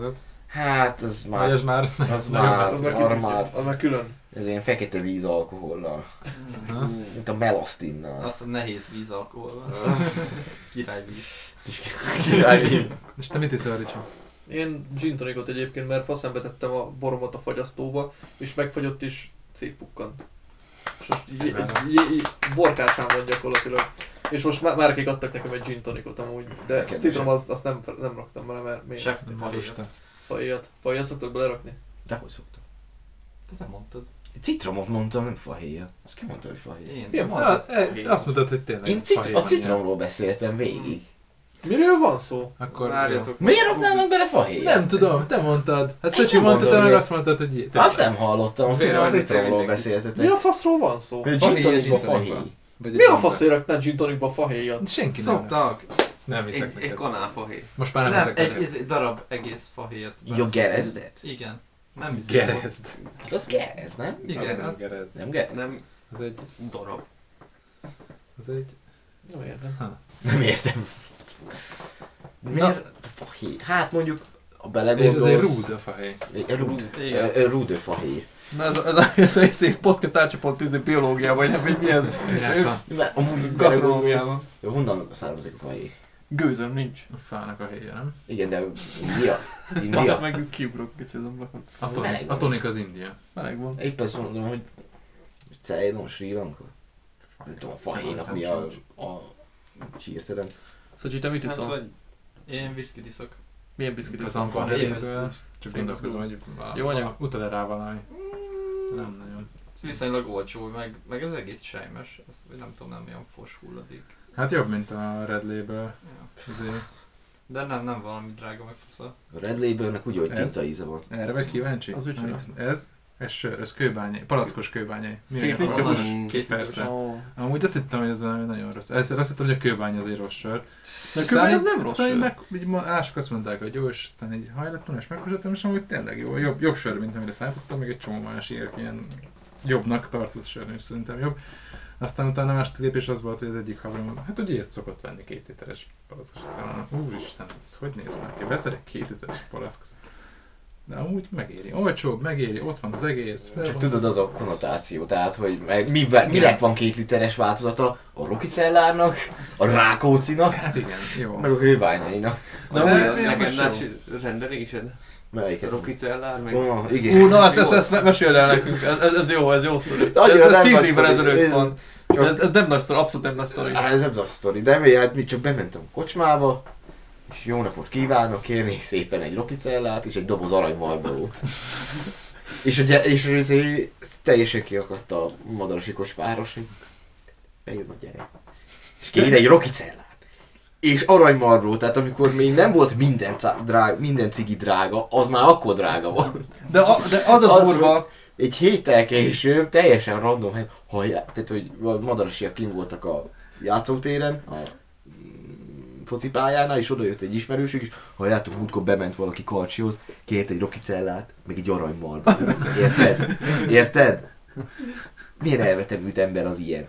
Hát, az Vagy már... ez már Az nagyon már, Az messzire. meg arra ki tudja. már, Az meg külön. ez ilyen fekete víz alkohollal, Aha. mint a melasztinnal. Azt a nehéz víz alkoholban. Királyvíz. És királyvíz. És te mit iszel, Ricsi? Én gin tonicot egyébként, mert faszembe tettem a boromat a fagyasztóba, és megfagyott is szétpukkant. És most így, így, így, így borkásán van gyakorlatilag. És most már márkék adtak nekem egy gin tonicot amúgy, de Kedvesek. citrom azt, azt nem, nem raktam bele, mert még Sef, Marosta. fajjat. Fajjat szoktok belerakni? Dehogy szoktam. Te nem mondtad. Citromot mondtam, nem fahéja. Azt ki mondta, hogy fahéja? Én. Milyen mondtad. Ah, eh, azt mondtad, hogy tényleg Én cit- fahéj a van ilyen. citromról beszéltem végig. Miről van szó? Akkor jó. Várjatok. Miért raknálnak bele fahéjat? Nem tudom, te mondtad. Hát Én Szöcsi nem mondta, te mondom, meg hogy- azt mondtad, hogy jé. Azt nem hallottam, a Félre citromról vezettél citromról mindenkit. beszéltetek. Mi a faszról van szó? Hogy a Fahéj, gin tonicba gin tonicba. fahéj. Vagy Mi a egy- faszért raknál gin tonicba fahéjat? Senki nem. Szoktak. Nem hiszek Egy, egy neked. kanál fahé. Most már nem Nem, hiszek egy neked. izé- darab egész fahéjat. Jó, gerezdet? Igen. Nem izé- Gerezd. Hát az gerez, nem? Igen, Az az- gerezd. Nem gerez? Nem Az egy... darab. Az egy... Nem értem. Nem értem. Miért? Fahéj. Hát mondjuk, a Az belegondolsz... egy rúd a fahéj. Rúd. Igen. Rúdő fahéj. Na ez, a- ez, a- ez egy szép podcast átcsoport tíz biológia, vagy nem, vagy mi ez? Minek van? Mert amúgy Gasztronómiában. Jó, honnan származik a fahéj? Gőzöm nincs. A fának a héja, nem? Igen, de India. Basz India. meg, kiugrok kicsit az ablakon. A tonik, Meleg a van. tonik az India. Meleg van. Épp azt mondom, hogy Ceylon, Sri Lanka. Nem tudom, a fahéjnak mi a, a csírterem. Szóval te mit Hát iszol? vagy Én viszkit iszok. Milyen biszkit Az iszol? angol Fahéj, nevéből. ez Csak Famous gondolkozom, Blues. hogy Jó anyag? utal-e rá valami. Nem nagyon. Ez viszonylag olcsó, meg, meg ez egész sejmes. Ez, nem tudom, nem olyan fos hulladék. Hát jobb, mint a Red Label. Ja. Azért De nem, nem valami drága meg fasza. A Red Labelnek úgy, hogy Ez? tinta íze van. erre vagy kíváncsi? Az micsoda? Amit- Ez? Ez sör, ez kőbányai, palackos kőbányai. Mi Két olyan liter? közös? Mm, Két Persze. Ó. Amúgy azt hittem, hogy ez valami nagyon rossz. Először azt hittem, hogy a kőbány azért rossz sör. De kőbány ez nem rossz Aztán így sör. meg, így ma- mások azt mondták, hogy jó, és aztán így hajlattam, és megkóstoltam, és amúgy tényleg jó. Jobb, jobb sör, mint amire számítottam, még egy csomó más ilyen, ilyen jobbnak tartott sör, és szerintem jobb. Aztán utána a második lépés az volt, hogy az egyik haverom, hát ugye ilyet szokott venni két literes palackos. Úristen, ez hogy néz meg ki? Veszel egy két literes palackos. De amúgy megéri. Olcsóbb, megéri, ott van az egész. fel Csak van. tudod az a konnotáció, tehát hogy meg, mivel, minek van két literes változata? A Rockefellernek, a Rákóczinak, Hát igen, jó. meg a kőbányainak. De De- amúgy- de- legendás jó. rendelésed. Melyiket? Rocky Cellár, meg... Oh, igen. Ú, na ezt, ezt, ezt meséld el nekünk, ez, ez, ez jó, ez jó sztori. Annyira Ez, ez nem tíz nagy évvel sztori. ezelőtt Ez- van. Csak- Ez, ez nem nagy sztori, abszolút nem nagy sztori. Á, ez nem az sztori, de mi, hát mi csak bementem a kocsmába, és jó napot kívánok, kérnék szépen egy Rockefeller és egy doboz arany Marlboro-t. és, a gy- és azért teljesen kiakadt a madarasi kocsmáros, hogy bejön a gyerek. És kéne egy Rockefeller. És arany Marlboro, tehát amikor még nem volt minden, cá- drág, minden cigi drága, az már akkor drága volt. De, a, de az a Az, durva, Egy héttel később, teljesen random hely, hallják, tehát hogy a madarasiak kim voltak a játszótéren, a mm, focipályánál, és oda jött egy ismerősük, és halljátok, múltkor bement valaki Karcsihoz, kért egy Rockefeller, meg egy arany Marlboro. Érted? Érted? Milyen elvetemült ember az ilyen?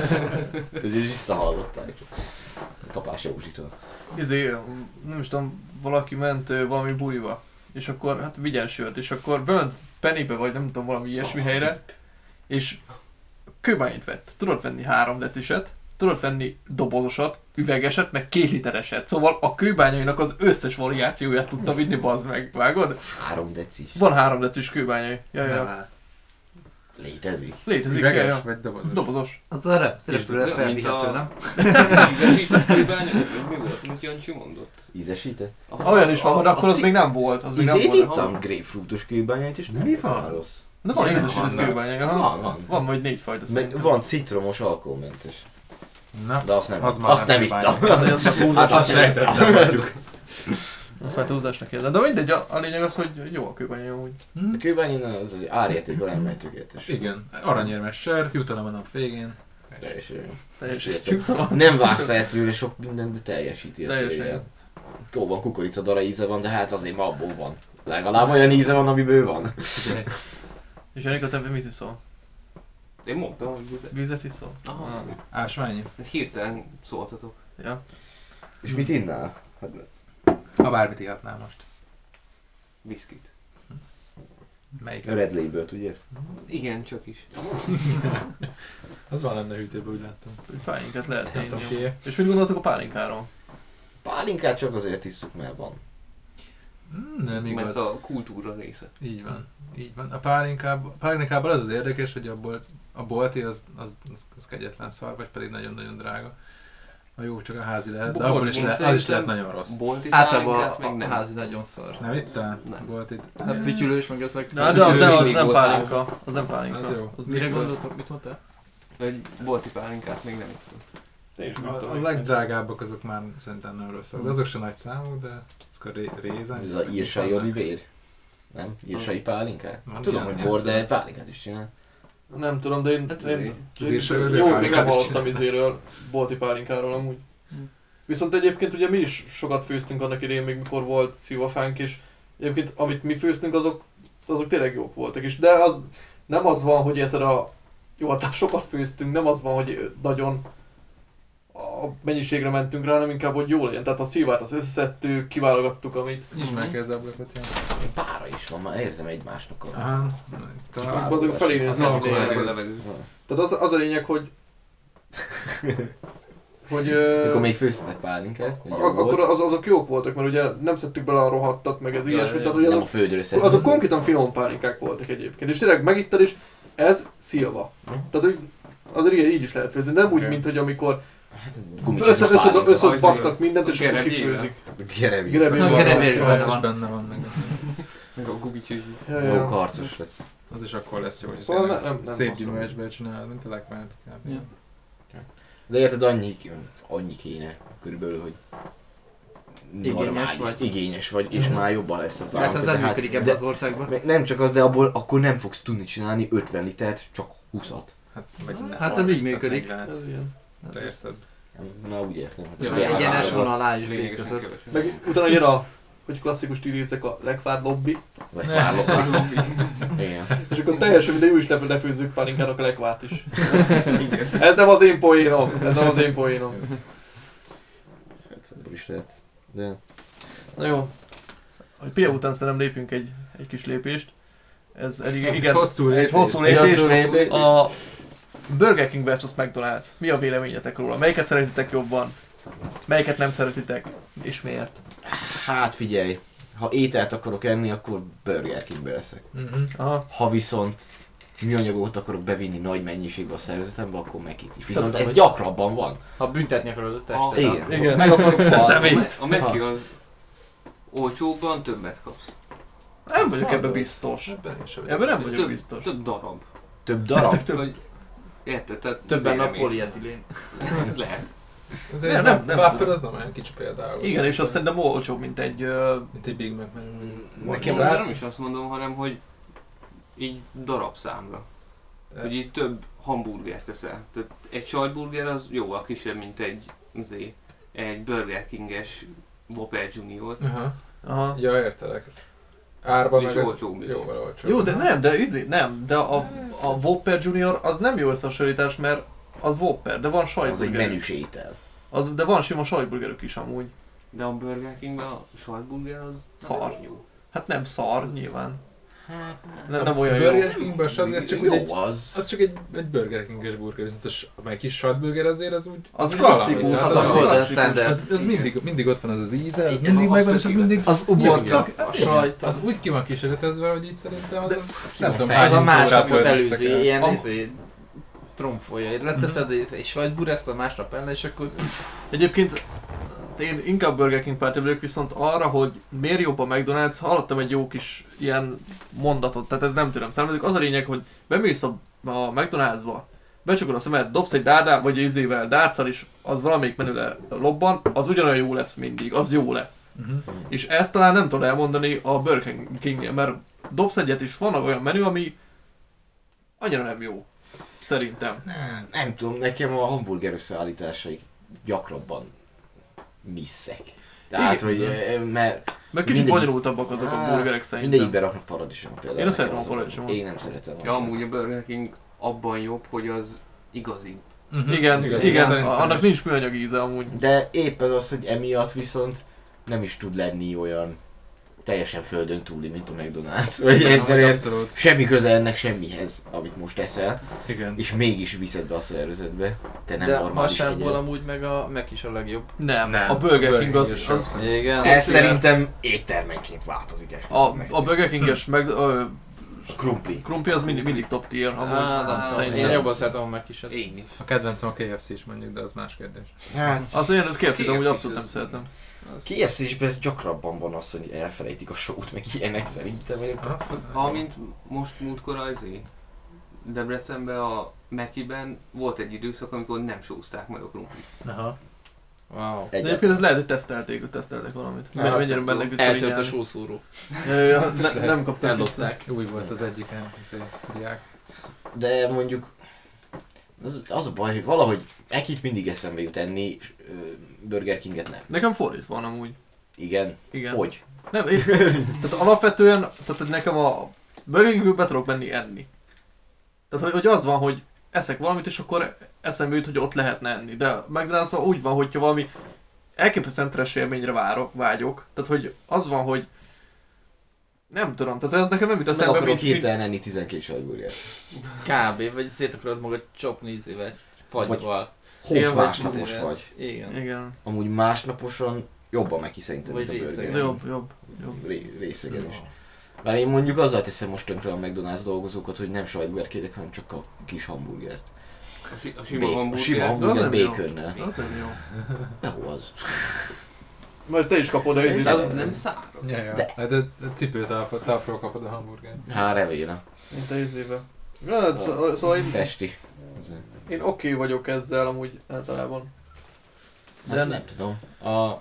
Ez is visszahallották. Kapás Józsitől. izé, nem is tudom, valaki ment ö, valami buliba, és akkor hát vigyen sört, és akkor bement Pennybe, vagy nem tudom, valami ilyesmi helyre, és kőbányit vett. Tudod venni három deciset, tudod venni dobozosat, üvegeset, meg két litereset. Szóval a kőbányainak az összes variációját tudta vinni, bazd meg, vágod? Három decis. Van három decis kőbányai. Ja, Nem ja. áll. Létezik. Létezik, ja, Üveges ja. vagy dobozos? Dobozos. Az a rep- repülőre Mint felvihető, a- nem? Ízesített kőbánya, vagy mi volt, amit Jancsi mondott? Ízesített? Olyan is van, de akkor az ci- még nem volt. Az még nem Izét volt. ittam grapefruitos kőbányát, és nem Mi volt van? olyan rossz. De van Igen, ízesített van, kőbánya. van, Van, van. van vagy négy fajta Meg szerintem. van citromos alkoholmentes. Na, De azt nem, az már azt nem kőbánya. ittam. Hát, az Hát azt nem sejtettem mondjuk. Azt már tudásnak érzem. De mindegy, a, a lényeg az, hogy jó a kőbánya amúgy. A kőbányán az az árértékben nem megy tökéletes. Igen, aranyérmes sör, jutalom a nap végén. Teljesen jó. Teljesen Értem. nyugtalan. Nem vársz el tőle sok mindent, de teljesíti a Teljesen célját. Jó van, kukoricadara íze van, de hát azért ma abból van. Legalább olyan íze van, amiből van. És Janika, te mit iszol? Én mondtam, hogy vizet. Vizet iszol? Aha. Ah, Ásványi? Hirtelen szóltatok. ja. És mit innál? Hát, Ha bármit ihatnál most. viszkit. Melyik? Red Label-t, ugye? Igen, csak is. Az van lenne hűtőben, úgy láttam. Pálinkát lehet Hát inni. oké. És mit gondoltok a pálinkáról? Pálinkát csak azért isszuk, mert van. Hmm, nem igaz. Mert a kultúra része. Így van. Így van. A pálinkában, pálinkában az az érdekes, hogy a, bol, a bolti az, az, az, az kegyetlen szar, vagy pedig nagyon-nagyon drága. A jó csak a házi lehet, de abból is Én le, az is lehet szerintem nagyon rossz. Bolti Általában pálinkát a, meg a nem. házi nagyon szar. Nem ittál? Nem. Boltit? Hát fütyülős meg ezek. Na, de az, de az még nem volt pálinka. Az nem pálinka. Az jó. Az Mire még- gondoltok, mit mondtál? Egy bolti pálinkát még nem ittam. Én is úgy A, tudom, a hogy legdrágábbak azok már szerintem nem rosszak, de azok sem nagy számú, de azok a ré, rézen. Ez a írsai olivér? Nem? Írsai pálinkák? Van Tudom, ilyen, hogy ilyen. bor, de pálinkát is csinál. Nem tudom, de én, Hát én, az én írsai olivér jó, még pálinkát nem is hallottam csinál. izéről, bolti pálinkáról amúgy. Viszont egyébként ugye mi is sokat főztünk annak idején, még mikor volt szilvafánk, és egyébként amit mi főztünk, azok, azok tényleg jók voltak is. De az nem az van, hogy érted a... Jó, hát sokat főztünk, nem az van, hogy nagyon a mennyiségre mentünk rá, hanem inkább, hogy jó legyen. Tehát a szilvát az összeszedtük, kiválogattuk, amit... Nyisd meg ez ablakot, Jan. Pára is van, már érzem egymásnak a... Aha. Itt a- Pár- Azok a felé Az néznek, nem hogy a tényleg. levegő. Tehát az, az a lényeg, hogy... hogy... Mikor Ö... még főztetek pálinkát, hogy jó Ak- akkor volt. az, azok jók voltak, mert ugye nem szedtük bele a rohadtat, meg ez Ja, ilyesmi, ja, tehát ugye Nem a azok, földről szedtek. azok konkrétan finom pálinkák voltak egyébként, és tényleg megittad is, ez szilva. Tehát hogy azért igen, így is lehet főzni, nem úgy, Igen. mint hogy amikor Hát, össze, gumicsizma össze, pálinka. össze az basztak igaz. mindent, és akkor Gerebjével. kifőzik. Gerevíz. Gerevíz. A gerevés Az benne is van. benne van meg. Meg a gubicsizsi. Ja, Jó ja. karcos lesz. Az is akkor lesz jó, hogy Szóval tényleg nem- nem szép passzol. gyümölcsből csinálod, mint a lekvárt. kb. Ja. De érted, annyi, annyi kéne körülbelül, hogy Igényes normális, vagy. igényes vagy, és már jobban lesz a Hát pálinka. ez de nem működik ebben de- az országban. meg nem csak az, de abból akkor nem fogsz tudni csinálni ötven litert, csak húszat. Hát, vagy ne, Hát ez így harmincat, működik. negyvenet. Ez ilyen. Te érted? Na úgy értem. hogy Ja, az Ez egyenes elválogatsz, vonal A és B Lényegesen között. kevesebb. Meg utána jön a, hogy klasszikus stílizek a lekvárt lobby, Vagy vállalok. Igen. és akkor teljesen mindegy, úgy is lef- lefőzzük pálinkának a lekvárt is. Ez nem az én poénom, ez nem az én poénom. Hát ebből is lehet. De Na jó. A Pia után szerintem lépjünk egy, egy kis lépést. Ez egy, Egy igen, hosszú egy lépés. hosszú Egy lépés. hosszú lépés. A Burger King versus McDonald's. Mi a véleményetek róla? Melyiket szeretitek jobban? Melyiket nem szeretitek? És miért? hát figyelj, ha ételt akarok enni, akkor Burger Kingbe leszek. Mhm. Aha. Ha viszont műanyagot akarok bevinni nagy mennyiségbe a szervezetembe, akkor Mekit is. Viszont Tehát, ez hogy- gyakrabban van. Ha büntetni akarod a Ah, testet. Igen. Igen. Meg akarok Ez hal- szemét. A Mekki az olcsóbban többet kapsz. Nem vagyok Azt ebben mondod. biztos. Ebben én sem Ebben nem vagyok Több, biztos. több darab. Több darab. Hogy érted? Tehát Többen a azért nem polietilén. észre. Lehet. Azért Nem, nem, nem, nem Whopper tudom. az nem olyan kicsi például. Igen, és azt szerintem olcsóbb, mint egy... ö, Mint egy Big Mac. Nekem Bár- nem is azt mondom, hanem hogy így darabszámra. De- Hogy így több hamburgert teszel. Tehát egy sajtburger az jóval kisebb, mint egy, azért, egy Burger King-es Whopper Junior. Aha. Aha. Ja, értelek. Árba És meg az olcsóbb is. jóval olcsóbb. Jó, de nem, de izé, nem, de a, a Whopper Junior az nem jó összehasonlítás, mert az Whopper, de van Az egy sajtburgerük. menüs étel. Az, de van sima sajtburgerük is amúgy. De a Burger Kingben a sajtburger az Szar. nem jó. Hát nem szar, nyilván. Hát, Nem, nem A olyan Burger jó. Kingben a sajt, ez csak úgy egy, jó az. az csak egy, egy Burger King-es burger, viszont a, s- amely kis sajtburger azért az úgy... Az úgy klasszikus, valami, az tehát a Az az, volt a klasszikus. standard. az, az mindig, mindig ott van az az íze, az Igen, mindig az megvan, és az mindig... Az uborka, Igen. a sajt. Az úgy ki van kísérletezve, hogy így szerintem az a, nem tudom fej. hány Az a órát másnapot töltöttek előző, el. ilyen Am- izé, tromfolja. Leteszed egy sajtbureszt a másnap ellen, és akkor Egyébként én inkább Burger King párti vagyok, viszont arra, hogy miért jobb a McDonald's, hallottam egy jó kis ilyen mondatot, tehát ez nem tőlem származik. Az a lényeg, hogy bemész a, a McDonald'sba, becsukod a szemed, dobsz egy dárdát, vagy izével, dárccal is, az valamelyik menüre lobban, az ugyanolyan jó lesz mindig, az jó lesz. Mhm. És ezt talán nem tudod elmondani a Burger Kingnél, mert dobsz egyet is, van olyan menü, ami annyira nem jó. Szerintem. Nem, nem tudom, nekem a hamburger összeállításai gyakrabban misszek. Tehát, Igen. hogy, eh, mert Meg kicsit Mindegyik- bonyolultabbak azok a Á, burgerek szerintem. mindegyikbe raknak paradicsomot például. Én azt szeretem nekem a az paradicsomot. Én nem szeretem. Ja, amúgy a Burger King abban jobb, hogy az igazi. Mhm. Igen, Igaz, igen, szerintem annak is. nincs műanyag íze amúgy. De épp ez az, hogy emiatt viszont nem is tud lenni olyan teljesen földön túli, mint a McDonald's. Vagy egyszerűen Abszolút. semmi köze ennek semmihez, amit most eszel, Igen. és mégis viszed be a szervezetbe. Te nem De normális hasábból egyed. amúgy meg a Mac is a legjobb. Nem, Nem, a Burger a King Burger az, King az Igen. Ez Igen. szerintem éttermenként változik el. a, a Burger King-es meg ö, Krumpli. krumpli az mindig, mindig top tier. amúgy. Á, nem tudom, Szerintem. én jobban szeretem a Mac is. Én is. A kedvencem a ká ef cé is mondjuk, de az más kérdés. Hát, Az én az kértét, amúgy K F C abszolút nem az- szeretem. ká ef cé-sben gyakrabban van az, hogy elfelejtik a sót, meg ilyenek szerintem. Én- Ha, mint most múltkor azé, Debrecenben a Mekiben volt egy időszak, amikor nem sózták meg a krumplit. Aha. Wow. De Egyet. egyébként ez lehet, hogy tesztelték, hogy teszteltek valamit. Hát, Mennyire nem benne tudom. Eltölt a visszavigyelni. sószúró. Ja, ja, ja, ne, nem kaptam vissza. Ellopták. Új volt az egyik izé, diák. De mondjuk az, az a baj, hogy valahogy Ekit mindig eszembe jut enni, és, ö, Burger Kinget nem. Nekem fordítva van amúgy. Igen. Igen. Hogy? Nem, én, tehát alapvetően, tehát nekem a Burger Kingből be tudok menni enni. Tehát hogy, hogy az van, hogy eszek valamit, és akkor eszembe jut, hogy ott lehetne enni. De McDonald'sban úgy van, hogyha valami elképesztően trash élményre várok, vágyok. Tehát hogy az van, hogy nem tudom, tehát ez nekem nem jut Meg eszembe, akarok mint, mint, hirtelen enni tizenkét sajtburgert. Kb. Vagy szét akarod magad csapni izével. Fagyval. Hót Igen, vagy másnapos izével. vagy. Igen. igen. Amúgy másnaposan jobban meg ki szerintem, Vagy mint a részegen. burger. De jobb, jobb, jobb. Ré- részegen is. Bár én mondjuk azzal teszem most tönkre a McDonald's dolgozókat, hogy nem sajtburger kérek, hanem csak a kis hamburgert. A, si- a sima Bé- a hamburger. sima De az hamburger nem jó. baconnel. Az nem jó. Jó az. Majd te is kapod a izét. Az az- nem száraz. Ja, ja. De- De, de, de cipőtalpról talpról kapod a hamburgert. Hát remélem. Mint a izébe. Ja, hát szó- szóval én, Testi. én oké vagyok ezzel amúgy általában. De De nem, nem. nem tudom. A...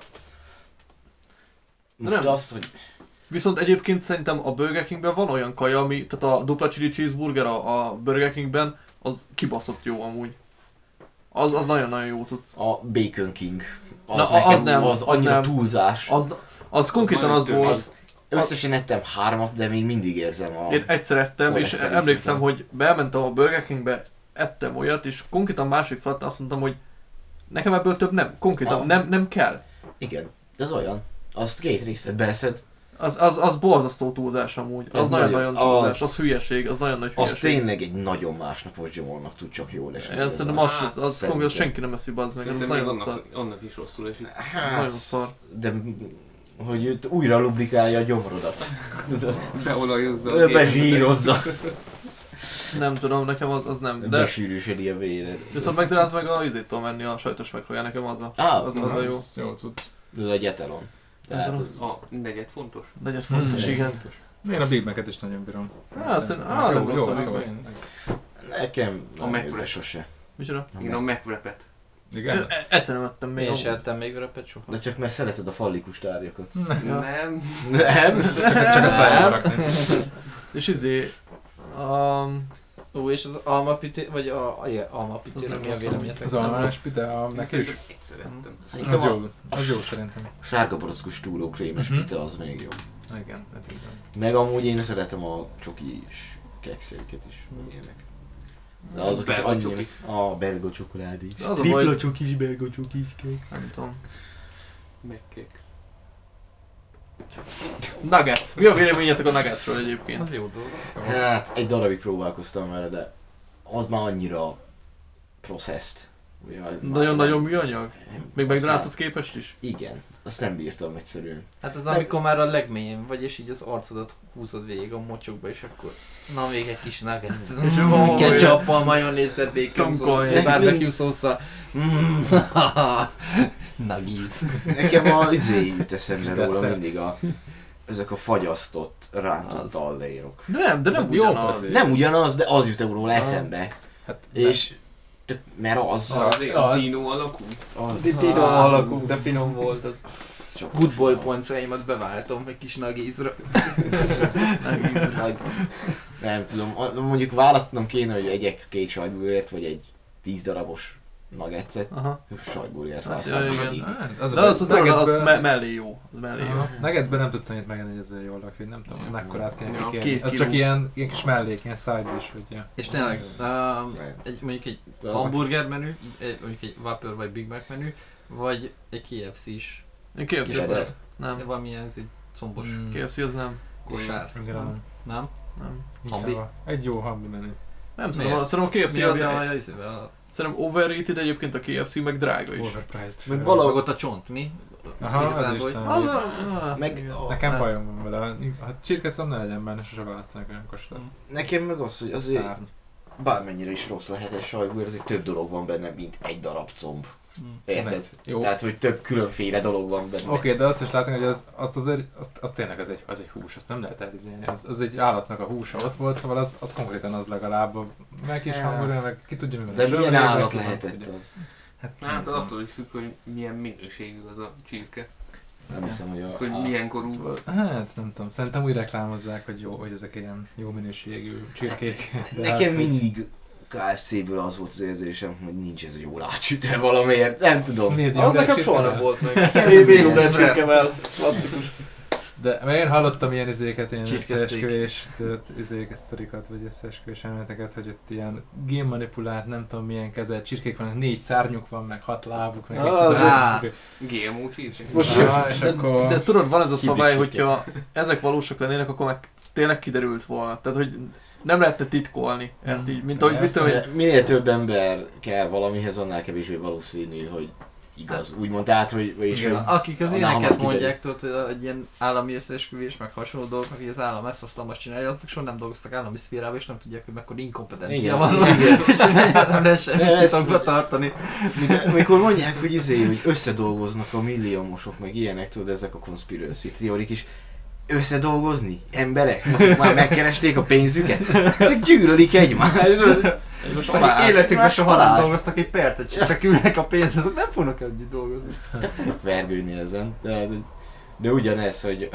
Most nem. az, hogy Viszont egyébként szerintem a Burger Kingben van olyan kaja, ami, tehát a dupla chili cheeseburger a, a Burger Kingben, az kibaszott jó amúgy. Az, az nagyon-nagyon jó tudsz. a Bacon King. Az, Na, nekem, az nem, az az annyira nem. túlzás. Az, az konkrétan az nagyon volt, tömény. Összesen ettem hármat, de még mindig érzem a... én egyszer ettem, és koleszterin emlékszem, szinten. hogy bementem a Burger Kingbe, ettem olyat, és konkrétan másik feladat azt mondtam, hogy nekem ebből több nem, konkrétan Ah. nem, nem kell. Igen, de az olyan. Azt két részlet beszed. Az, az, az borzasztó túlzás amúgy, az Ez nagyon-nagyon nagyon- túlzás, az- az hülyeség, az nagyon nagy Az hülyeség. tényleg egy nagyon másnapos gyomornak tud csak jól esni. Én Ez szerintem a- az, az, az Szerintem. konkrétan senki nem eszi bazd meg, ez De még nagyon annak, szar. annak is rosszul esik. Ez Hát, nagyon szar. de hogy őt újra lubrikálja a gyomrodat. Beolajozza. a Ő gépet. bezsírozza. Nem tudom, nekem az, az nem, de Besűrűsödi a véred. viszont McDonald's meg a izét tudom menni, a sajtos megrója, nekem az a, Á, az, az a jó. Az jó tud. Ez egy etalon. Tehát Etalon. az- A negyed fontos. Negyed fontos, Hmm. igen. Én a Big Mac-et is nagyon bírom. Á, azt én, á, nem jó, rossz jó, a Big szó. Mac. Nekem A nem McWrap. jött be sose. Micsoda? Én a McWrap-et. Igen? E- Egyszer nem ettem még. Én amúgy. sem ettem még wrapet soha. De csak mert szereted a fallikus tárgyakat. Ja. Nem. Nem? Csak, csak a szájára rakni. És izé... Um, Ó, és az almapiti, vagy a, a, a almapitire Az mi a nem véleményetek? Az almás pite, a Én meg is. szerintem egyszer ettem. Szerintem Az a jó, az jó szerintem. sárga borockos túrókrémes Mhm. pite az még jó. Igen, ez így van. Meg amúgy én szeretem a csokis kekszeiket is, meg ilyenek. De azok is Belga annyira... csoki. A belga csokoládé. De az a Tripla baj- csokis, belga csokis kek. nem tudom. McCakes. Nuggets. Mi a véleményetek a Nuggetsről egyébként? Az jó dolog. Hát egy darabig próbálkoztam vele, de az már annyira processed. Ugye, már Nagyon-nagyon nem- műanyag? nem- Még azt McDonald'shoz már- képest is? Igen, azt nem bírtam egyszerűen. Hát az amikor már a legmélyén vagy, és így az arcodat húzod végig a mocsokba, és akkor na még egy kis nuggets. És Mm, ó, ketchuppal, majonézzel, bacon Tomkolj. szósz, barbecue szósszal. Mm, Nuggies. Nekem a izé jut eszembe róla Desszert. mindig a... Ezek a fagyasztott, rántott Az. tallérok. De nem, de nem Jó ugyanaz. passzív. Nem ugyanaz, de az jut róla eszembe. Hát, És... tök- Mert az... Az, az, a az. dino alakú. az Finom alakú, de finom volt az. csak Good boy pontjaimat beváltom egy kis nuggiesra. nagy- Nem tudom, a- mondjuk választanom kéne, hogy egyek két sajtburgert, vagy egy tíz darabos nuggetset. Aha. Sajtburgert Hát, választanom. ja, mindig. igen. hát, az De a az, az, az, az Nuggetsből- me- mellé jó. Az mellé jó. Aha. Nuggetsben nem tudsz annyit megenni, hogy ezzel jól lakni, nem tudom, mekkorát kell Ja, kérni. két Az kiló. csak ilyen, ilyen kis mellék, ilyen side dish, hogy ja. És tényleg, um, egy, mondjuk egy hamburger menü, egy, mondjuk egy Whopper vagy Big Mac menü, vagy egy ká ef cé-s, Én kérsz Cheddar. Nem. valamilyen ez egy combos Mm. ké ef cé az nem. kosár. Igen, nem. Nem? Nem. Habi? Inkább a- Egy jó habi menü. Nem Miért? szerintem, szerintem a ké ef cé Mi az, a, a, a, a, szerintem overrated egyébként a ké ef cé, meg drága is. Overpriced. Meg fő. valahogy- Meg ott a csont, mi? Aha, az Igazából, is hogy- számít. Az a, ah, Meg igen. Nekem nem. bajom van vele. Ha csirkecom ne legyen benne, sose választanak olyan kosarat. Nekem meg az, hogy azért Szárny. bármennyire is rossz a hetes sajtból, azért több dolog van benne, mint egy darab comb. Érted? Jó. Tehát, hogy több különféle dolog van benne. Oké, okay, de azt is látni, hogy az, azt azért, azt, az tényleg az egy, az egy hús, azt nem lehet elizélni. Az, az egy állatnak a húsa ott volt, szóval az, az konkrétan az legalább. Meg is hangolja, meg ki tudja mi van. De a milyen zsömlébe, állat ki van, lehetett tudja. az? Hát, nem Hát az tudom. attól is függ, hogy milyen minőségű az a csirke. Nem hiszem, hogy a... Hogy a- milyen korú. Hát nem tudom, szerintem úgy reklámozzák, hogy jó, hogy ezek ilyen jó minőségű csirkék. De Nekem hát, hogy- mindig ká ef céből az volt az érzésem, hogy nincs ez jól átsütve valamiért, nem tudom. Miért Az nekem csirke soha van? nem volt meg. Én még Ez- csirkevel. Klasszikus. De mert én hallottam ilyen izéket, ilyen Csirkeszték. összeesküvés izéket, sztorikat, vagy összeesküvés elméleteket, hogy ott ilyen génmanipulált, nem tudom milyen kezelt csirkék vannak, négy szárnyuk van, meg hat lábuk, meg Ah, mit tudom, á. csirkék. gé em o csirke. Most Ah, és de, akkor- de tudod, van ez a szabály, Kibicsike. hogyha ezek valósak lennének, akkor meg tényleg kiderült volna. Tehát, hogy nem lehetne titkolni ezt így, mint ahogy mit Persze. tudom, hogy De minél több ember kell valamihez, annál kevésbé valószínű, hogy igaz. Úgymond, tehát, hogy... Vagyis, Igen, hogy akik az annál ilyeneket hamar mondják, tudod, hogy egy ilyen állami összeesküvés, meg hasonló dolgok, meg így az állam ezt azt most csinálja, azok soha nem dolgoztak állami szférában, és nem tudják, hogy mekkora inkompetencia Igen, van, igen. és hogy mennyire nem lehet De semmit ez- titokba tartani. Mint amikor mondják, hogy izé, hogy összedolgoznak a milliómosok, meg ilyenek, tudod, ezek a conspiracy teórik is. Összedolgozni? Emberek? Akik már megkeresték a pénzüket? Ezek gyűlölik egymást. most Akik alá. életükben soha nem halál. dolgoztak egy percet, csak ülnek a pénzt, azok nem fognak együtt dolgozni. Nem fognak vergődni ezen. De, de ugyanez, hogy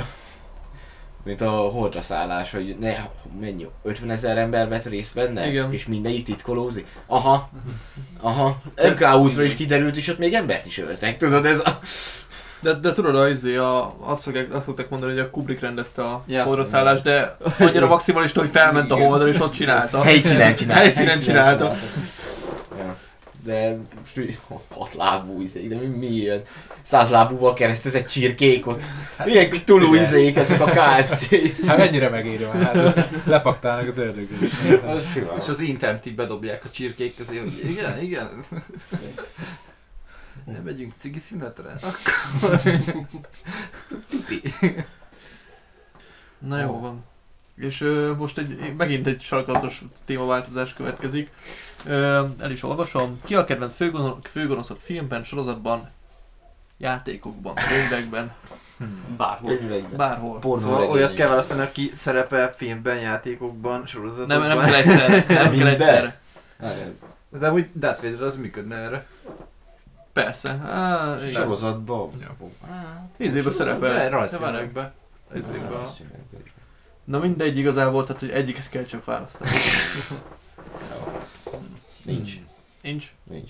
mint a holdra szállás, hogy ne, mennyi, ötvenezer ember vett részt benne? Igen. És mindenki titkolózik? Aha. Aha. em ká útra is kiderült, és ott még embert is öltek, tudod, ez a... De, de tudod, az, izé, a, azt, fogják, azt fogták mondani, hogy a Kubrick rendezte a Ja. holdra szállást, de annyira maximalista, hogy felment a holdra és ott csinálta. Helyszínen csinálta. Helyszínen csinálta. Ja. De most úgy, hat lábú izék, de mi, mi ilyen százlábúval keresztezett csirkék ott. Milyen tulú izék ezek a ká ef cé. Hát mennyire megéri van, hát ez, ez lepaktálnak az ördögül. Az simán. És az internetig bedobják a csirkék közé, hogy igen, igen. Nem megyünk cigi szünetre? Akkor... Pipi. Na jó van. És ö, most egy, megint egy sarkalatos témaváltozás következik. Ö, el is olvasom. Ki a kedvenc főgonosz, főgonoszod filmben, sorozatban, játékokban, könyvekben, Bárhol. Könyvekben. bárhol? Pornó Szóval regények. olyat kell választani, aki szerepel filmben, játékokban, sorozatokban. Nem, nem kell egyszer, nem kell Minden. egyszer. Hát ez De úgy Darth Vader az működne erre. Persze. Á, igen. sorozatban. Ízébe De szerepel. De várj. rajzfilmekben. Ezekben. Na mindegy igazából, tehát hogy egyiket kell csak választani. Nincs. Nincs. Nincs.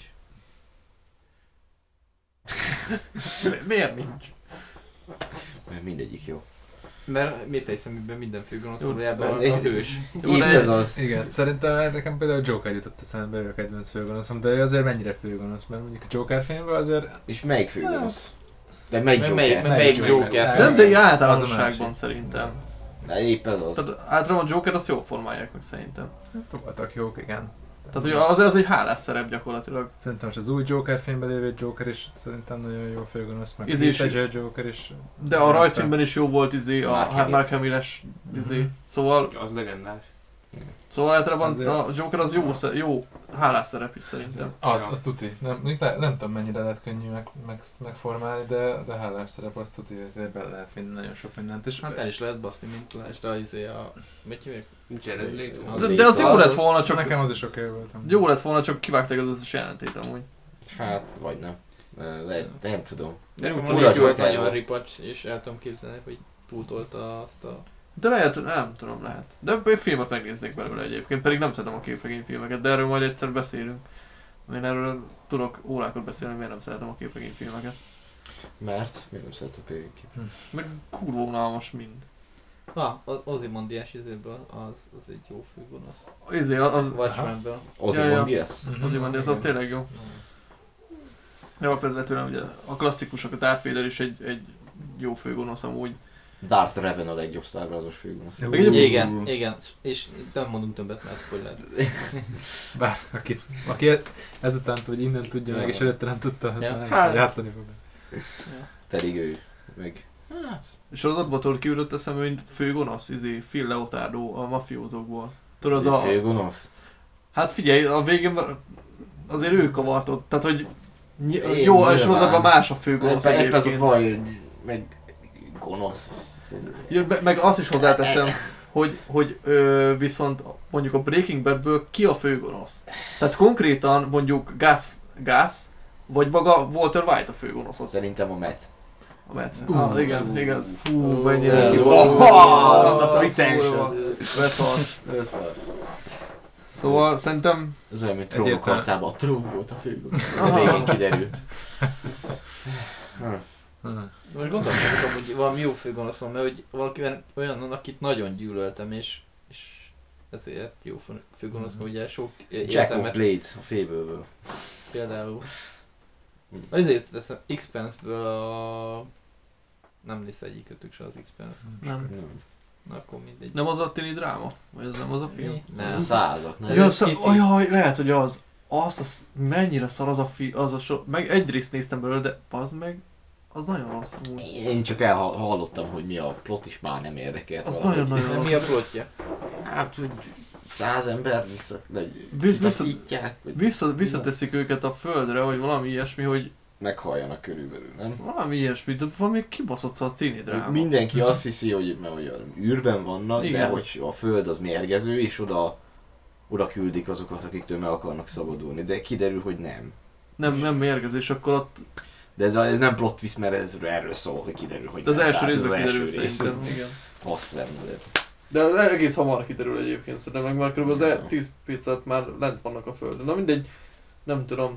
Mi- Miért nincs? Mert mindegyik jó. Mert mit hiszem, miben minden főgonosz Jó, valójában a, de- a hős. Jó, Épp de- ez az. Igen, szerintem nekem például a Joker jutott eszembe, ő a kedvenc főgonoszom, de ő azért mennyire főgonosz, mert mondjuk a Joker filmben azért... És melyik főgonosz? De melyik Mely- Joker? mely- melyik Joker? Joker? Nem, de így Az a általánosságban másik. szerintem. De épp ez az. Tehát általában a Joker azt jól formálják meg szerintem. Hát voltak jók, igen. Tehát hogy az, az egy hálás szerep gyakorlatilag. Szerintem most az új Joker filmben lévő Joker is szerintem nagyon jó főgonosz, meg Ez Heath is- Ledger Joker is. De a rajzfilmben is jó volt izé, a Mark Hamill. Mark Hamill-es izé. Mhm. Szóval, Az legendás. szóval általában Azért- a Joker az jó, sze- jó hálás szerep is szerintem. Az, az tuti. Nem, mondjuk le, nem tudom mennyire lehet könnyű meg, meg, megformálni, de, de hálás szerep az tuti, hogy azért bele lehet vinni nagyon sok mindent. És Hát el is lehet baszni, mint lásd a izé a... Mit hívják? Jared Leto. De, de az jó Az- lett volna, csak nekem az is oké volt. jó lett volna, csak kivágták az összes jelentét amúgy. Hát, vagy nem. Lehet, nem tudom. Nekem Fura van egy volt Joker nagyon volt. ripacs, és el tudom képzelni, hogy túltolta azt a... De lehet, nem tudom, lehet. De egy filmet megnéznék belőle egyébként, pedig nem szeretem a képregényfilmeket, de erről majd egyszer beszélünk. Én erről tudok órákat beszélni, miért nem szeretem a képregényfilmeket. Mert? Miért nem szeretett például kép? Meg kurva unalmas mind. Ah, az Ozymandias izéből, az, az egy jó főgonosz. Izé, az, Watchmenből. Ozymandias? az Ozymandias, az, az tényleg jó. De alapvetően ugye a klasszikusok, a Darth Vader is egy, egy jó főgonosz amúgy. Darth Revan a legjobb Star Wars-os főgonosz. Meg egyébként- Igen, igen, és nem mondunk többet, mert spoiler. Bár aki, aki e- ezután hogy innen tudja meg, és előtte nem tudta, az Ja. már nem Hát. fog játszani fog. Pedig ő meg... Hát... Sorozatból tudod ki jutott eszembe, mint főgonosz, izé, Phil Leotardo a mafiózókból. Tudod, az a... Főgonosz? Hát figyelj, a végén azért ő kavartott, tehát hogy ny- Én jó, a nyilván. sorozatban más a főgonosz Épp ez a egyébként. baj, hogy meg gonosz. Ja, me- meg azt is hozzáteszem, hogy, hogy ö, viszont mondjuk a Breaking Badből ki a főgonosz. Tehát konkrétan mondjuk Gus, Gus vagy maga Walter White a főgonosz. Az Szerintem a Matt. a Matt. Ah, igen, igaz. Fú, mennyire Ú, jó. ú, Az a ú, twitens. ú, Beszart. Ez az. Szóval szerintem Ez olyan, mint Trónok Egyértelmű. harcában a Tróg volt a főgonosz. Aha. A végén kiderült. Ah. Most gondolkodok, hogy valami jó főgonoszom, mert hogy valakivel olyan, akit nagyon gyűlöltem, és, és ezért jó fő- főgonosz, mert ugye sok Jack of érzelmet Blades a Fable-ből. például. Azért teszem X-Pense-ből a... Nem lesz egyikötük se az X-Pense. nem. Na akkor mindegy. Nem az a tini dráma? Vagy az nem az a film? Mi? Ez a Nem. százak, nem? Ja, Ez szá- Skippy. ajaj, lehet, hogy az. Azt, az mennyire szar az a fi, az a so, meg egy részt néztem belőle, de az meg, az nagyon rossz amúgy. Én csak elhallottam, hogy mi a plot, is már nem érdekelt. Az valahogy. nagyon-nagyon De rossz. mi a plotja? Hát, hogy száz ember vissza, vagy Visz- vissza- kitaszítják, vagy Vissza, visszateszik őket a földre, vagy valami ilyesmi, hogy meghalljanak körülbelül, nem? valami ilyesmi, de valami kibaszott szar tini dráma. Mindenki azt hiszi, hogy, mert, hogy a űrben vannak, Igen. de hogy a föld az mérgező, és oda, oda küldik azokat, akiktől meg akarnak szabadulni, de kiderül, hogy nem. Nem, nem mérgezés, akkor ott De ez, a, ez nem plot twist, mert ez erről szól, hogy kiderül, hogy de az nem. első Tehát ez részben az kiderül rész. szerintem. Igen. Azt hiszem, de... De az egész hamar kiderül egyébként, szerintem meg már kb. Az Ja. el- tíz percet már lent vannak a földön. Na mindegy, nem tudom.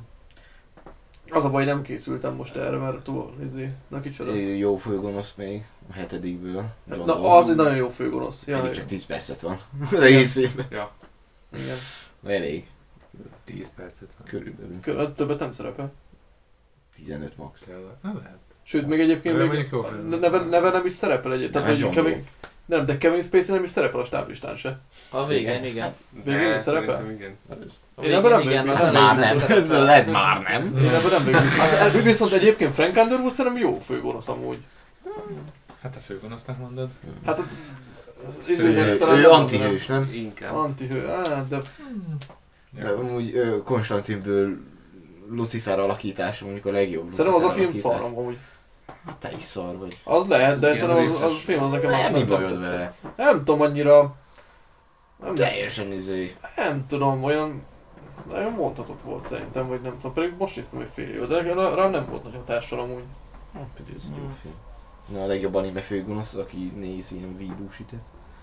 Az a baj, nem készültem most erre, mert túl, izé, na kicsoda. Jó főgonosz még, a hetedikből. John Na Doe. az egy nagyon jó főgonosz. Ja, Pedig ja. csak tíz percet van. Az egész filmben. Ja. Igen. Elég. tíz percet van. Körülbelül. Kö- Többet nem szerepel. tizenöt max. Tényleg. Nem lehet. Sőt, még egyébként Ő még mondjuk jó film. ne- neve, neve nem is szerepel egyébként. Tehát, Nem, hogy John Kevin, nem, de Kevin Spacey nem is szerepel a stáblistán se. A végén, igen. Végén De szerepel? szerintem igen. A Én ebben nem végén, igen, vagyok az biztos. Már elején nem. biztos szerepel. Lehet már nem. Én ebben nem vagyok biztos. Az- Viszont egyébként Frank Underwood szerintem jó főgonosz amúgy. Hát a főgonosznak mondod. Hát ott... Ő, izé, talán ő nem antihős, nem? Inkább. Antihő, á, de De amúgy ö, Konstantinből Lucifer alakítása mondjuk a legjobb. szerintem az a Lucifer film alakítás. szar amúgy. Hát te is szar vagy. Az lehet, de Igen, szerintem az, az a részes. film az nekem Nem, mi nem bajod tetszett. vele? Nem tudom annyira... Nem, Teljesen izé. nem tudom, olyan... Nagyon mondhatott volt szerintem, vagy nem tudom, pedig most néztem egy fél éve, de nekem rám nem volt nagy hatással amúgy. Hát pedig ez egy jó film. Na a legjobb anime főgonosz, aki néz ilyen V-bullshit-et.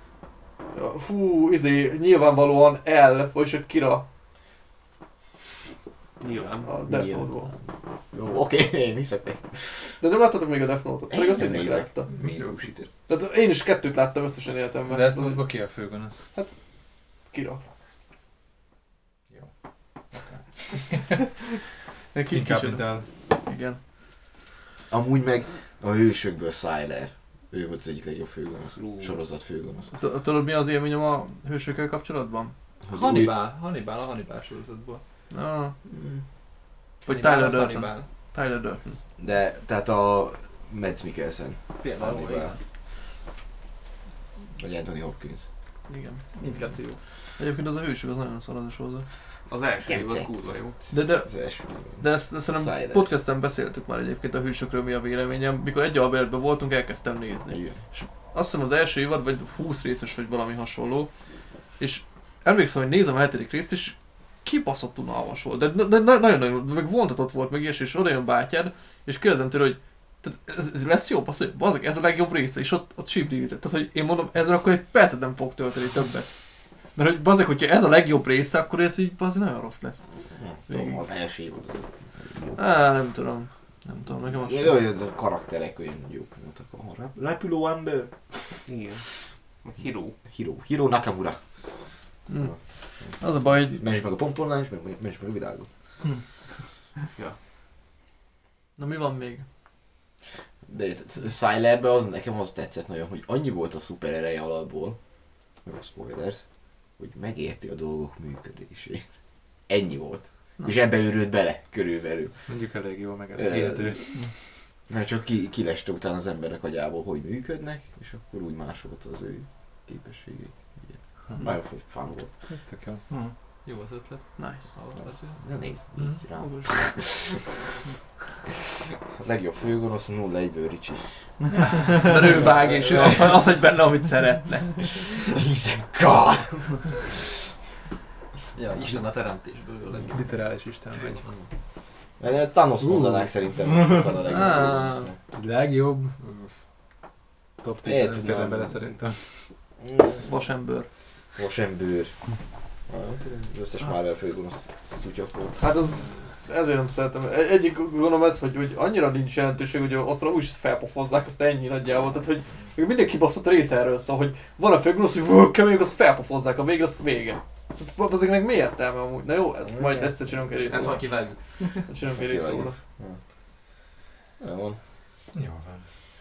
Ja, Fú, izé, nyilvánvalóan L, vagyis hogy Kira Nyilván. a Death Nyilván. Note-ból. Jó, oké, én hiszek meg. De nem láttatok még a Death Note-ot? Pedig Én azt nem mind nézek. meglátta. V-bullshit. Tehát én is kettőt láttam összesen életemben. De ezt mondod, ki a főgonosz? Kira. Jó. Neki Inkább, kicsit- mint a... Igen. Amúgy meg a hősökből Sylar. Ő volt az egyik legjobb főgonosz. Ú. Sorozat főgonosz. T- Tudod mi az élményem a hősökkel kapcsolatban? Hogy Hannibal, Hannibal a Hannibal sorozatból. Ah, új- vagy Hannibal, Tyler Durden. Hannibal. Tyler Durden. De, tehát a Mads Mikkelsen. Például, Hannibal. igen. Vagy Anthony Hopkins. Igen. Mindkettő jó. Egyébként az a hősök az nagyon szar az a sorozat. Az első Nem évad tetszett. kurva jó. De, de, Az első. de ezt, ezt szerintem Sylar. podcasten beszéltük már egyébként a hősökről, mi a véleményem. Mikor egy albérletben voltunk, elkezdtem nézni. Igen. Azt hiszem az első évad, vagy húsz részes, vagy valami hasonló. És emlékszem, hogy nézem a hetedik részt, és kibaszott unalmas volt. De de- de- nagyon-nagyon, meg vontatott volt meg ilyes, és oda jön bátyád, és kérdezem tőle, hogy tehát ez, ez lesz jó, azt mondja, bazeg, ez a legjobb része, és ott, ott sípdílített. Tehát, hogy én mondom, ezzel akkor egy percet nem fog tölteni többet. Mert hogy bazeg, hogyha ez a legjobb része, akkor ez így bazeg nagyon rossz lesz. Nem tudom, az első évad. az jó. Á, nem tudom. Nem tudom, nekem az Ilyen sem. olyan a karakterek olyan jók voltak. A rep- repülő ember. Igen. Meg Hiro. Hiro. Hiro Nakamura. Hm. Az a baj, hogy Menj meg a pompolnál, és meg, menj meg a világot. na mi van még? De itt Sylarbe az nekem az tetszett nagyon, hogy annyi volt a szuper ereje alapból, jó spoilers, hogy megérti a dolgok működését. Ennyi volt. És ebbe őrült bele, körülbelül. Mondjuk elég jó, meg elég Mert csak ki, kileste utána az emberek agyából, hogy működnek, és akkor úgy másolta az ő képességét. Hm. Nagyon fán volt. Ez tök jó. Hm. Jó az ötlet. Nice. De nézd, Mm. így rá. A legjobb főgonosz nulla egyből Ricsi. De ő vág és ő az, az, hogy benne, amit szeretne. He's a god! Ja, Isten a teremtésből a legjobb. Literális isten vagy. Mert Thanos mondanák szerintem most sokan a legjobb Ah. főgonosznak. Legjobb. Top Értem, tízben férjen nem. bele szerintem. Vasembőr. Vasembőr. Az összes Marvel főgonosz szutyok volt. Hát az... Ezért nem szeretem. Egy- Egyik gondolom ez, hogy, hogy annyira nincs jelentőség, hogy ott van úgy felpofozzák, azt ennyi nagyjából. Tehát, hogy még mindenki baszott rész erről szól, hogy van a főgonosz, hogy vöh, kemény, azt felpofozzák, a végre az vége. Ez azért meg mi értelme amúgy? Na jó, ezt majd egyszer csinálunk egy részt Ezt róla. van kivágjuk. Csinálunk egy részt róla. Nem van. Jó van.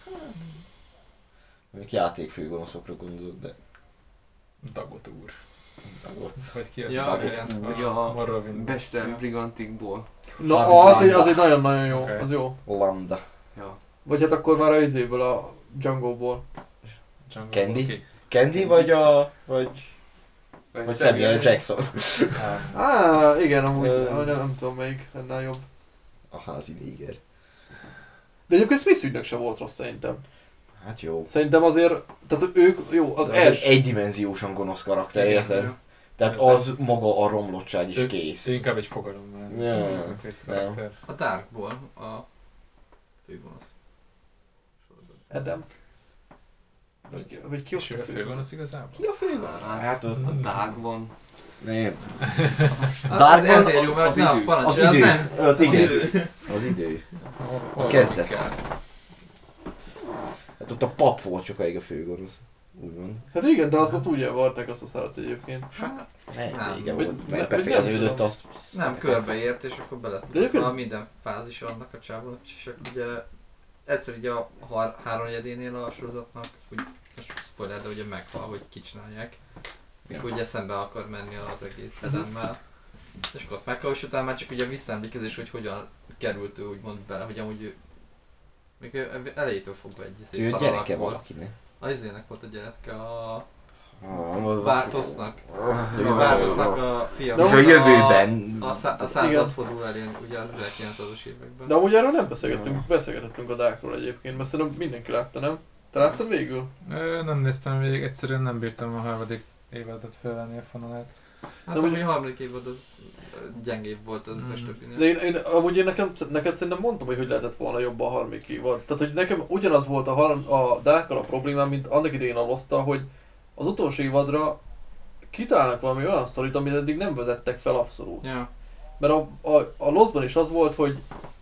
Mondjuk játékfőgonoszokra gondolok, de... Dagot úr. Dagot. Vagy ki az? Ja, Dagot igen. úr. Ugye a Morrowind. Bester Brigantikból. Na az egy, az egy nagyon-nagyon jó, Oké. az jó. Lambda. Ja. Vagy hát akkor már a izéből, a Django-ból. Jungle Candy? Book. Candy vagy a... vagy... vagy Samuel Jackson. Ah, Á, igen, amúgy Ö. nem, nem tudom melyik lenne a jobb. A házi néger. De egyébként Smith ügynök se volt rossz szerintem. Hát jó. Szerintem azért, tehát ők, jó, az Az egy első... egydimenziósan gonosz karakter, Igen, érted? igen. Tehát Persze. az maga a romlottság is Ő- kész. ő inkább egy fogalom már. Ja, Ez a két ja. karakter. A Darkból a főgonosz. Sorozat. Adam. Vagy, vagy ki És ő a főgonosz igazából? Ki a főgonosz? Hát ott... A Darkban. Nem. Az, Darkban ezért jó, mert az az nem idő. parancs, Az az idő. nem. Az igen. idő. Az idő. Hol Kezdet. kell? Hát ott a pap volt sokáig a főgonosz. Úgymond. Hát igen, de azt, azt úgy elvarták azt a szeret egyébként. Hát, Nem, Nem. vége Vagy- volt. vagy Mert nem befejeződött tudom. azt. nem, körbeért, és akkor be lett De egyébként- mutatva minden fázis annak a csávónak, és akkor ugye egyszer ugye a har- háromnegyedénél a sorozatnak, úgy, most spoiler, de ugye meghal, hogy kicsinálják. Ja. Ja. Ugye szembe akar menni az egész Edemmel. És akkor ott meghal, és utána már csak ugye visszaemlékezés, hogy hogyan került ő úgymond bele, hogy amúgy ő még ő elejétől fogva egy izé Ő szaralak gyereke volt. valakinek. A izének volt a gyereke, a Ah, Változnak. Jó, jó, Változnak jó. a fiam. És a jövőben. A, szá- a századforduló elén, ugye az ezerkilencszázas években. De amúgy erről nem beszélgettünk, beszélgettünk a Darkról egyébként, mert szerintem mindenki látta, nem? Te láttad végül? Ö, nem néztem végig, egyszerűen nem bírtam a harmadik évadot felvenni a fonalát. Hát De ami mondjuk- a harmadik évad az ö, gyengébb volt az összes Mm. többinél. De én, én amúgy én nekem, neked szerintem mondtam, hogy hogy lehetett volna jobb a harmadik évad. Tehát, hogy nekem ugyanaz volt a, harm, a Darkkal a problémám, mint annak idején a Lost-tal, hogy az utolsó évadra kitalálnak valami olyan sztorit, amit eddig nem vezettek fel abszolút. Ja. Mert a, a, a Lost-ban is az volt, hogy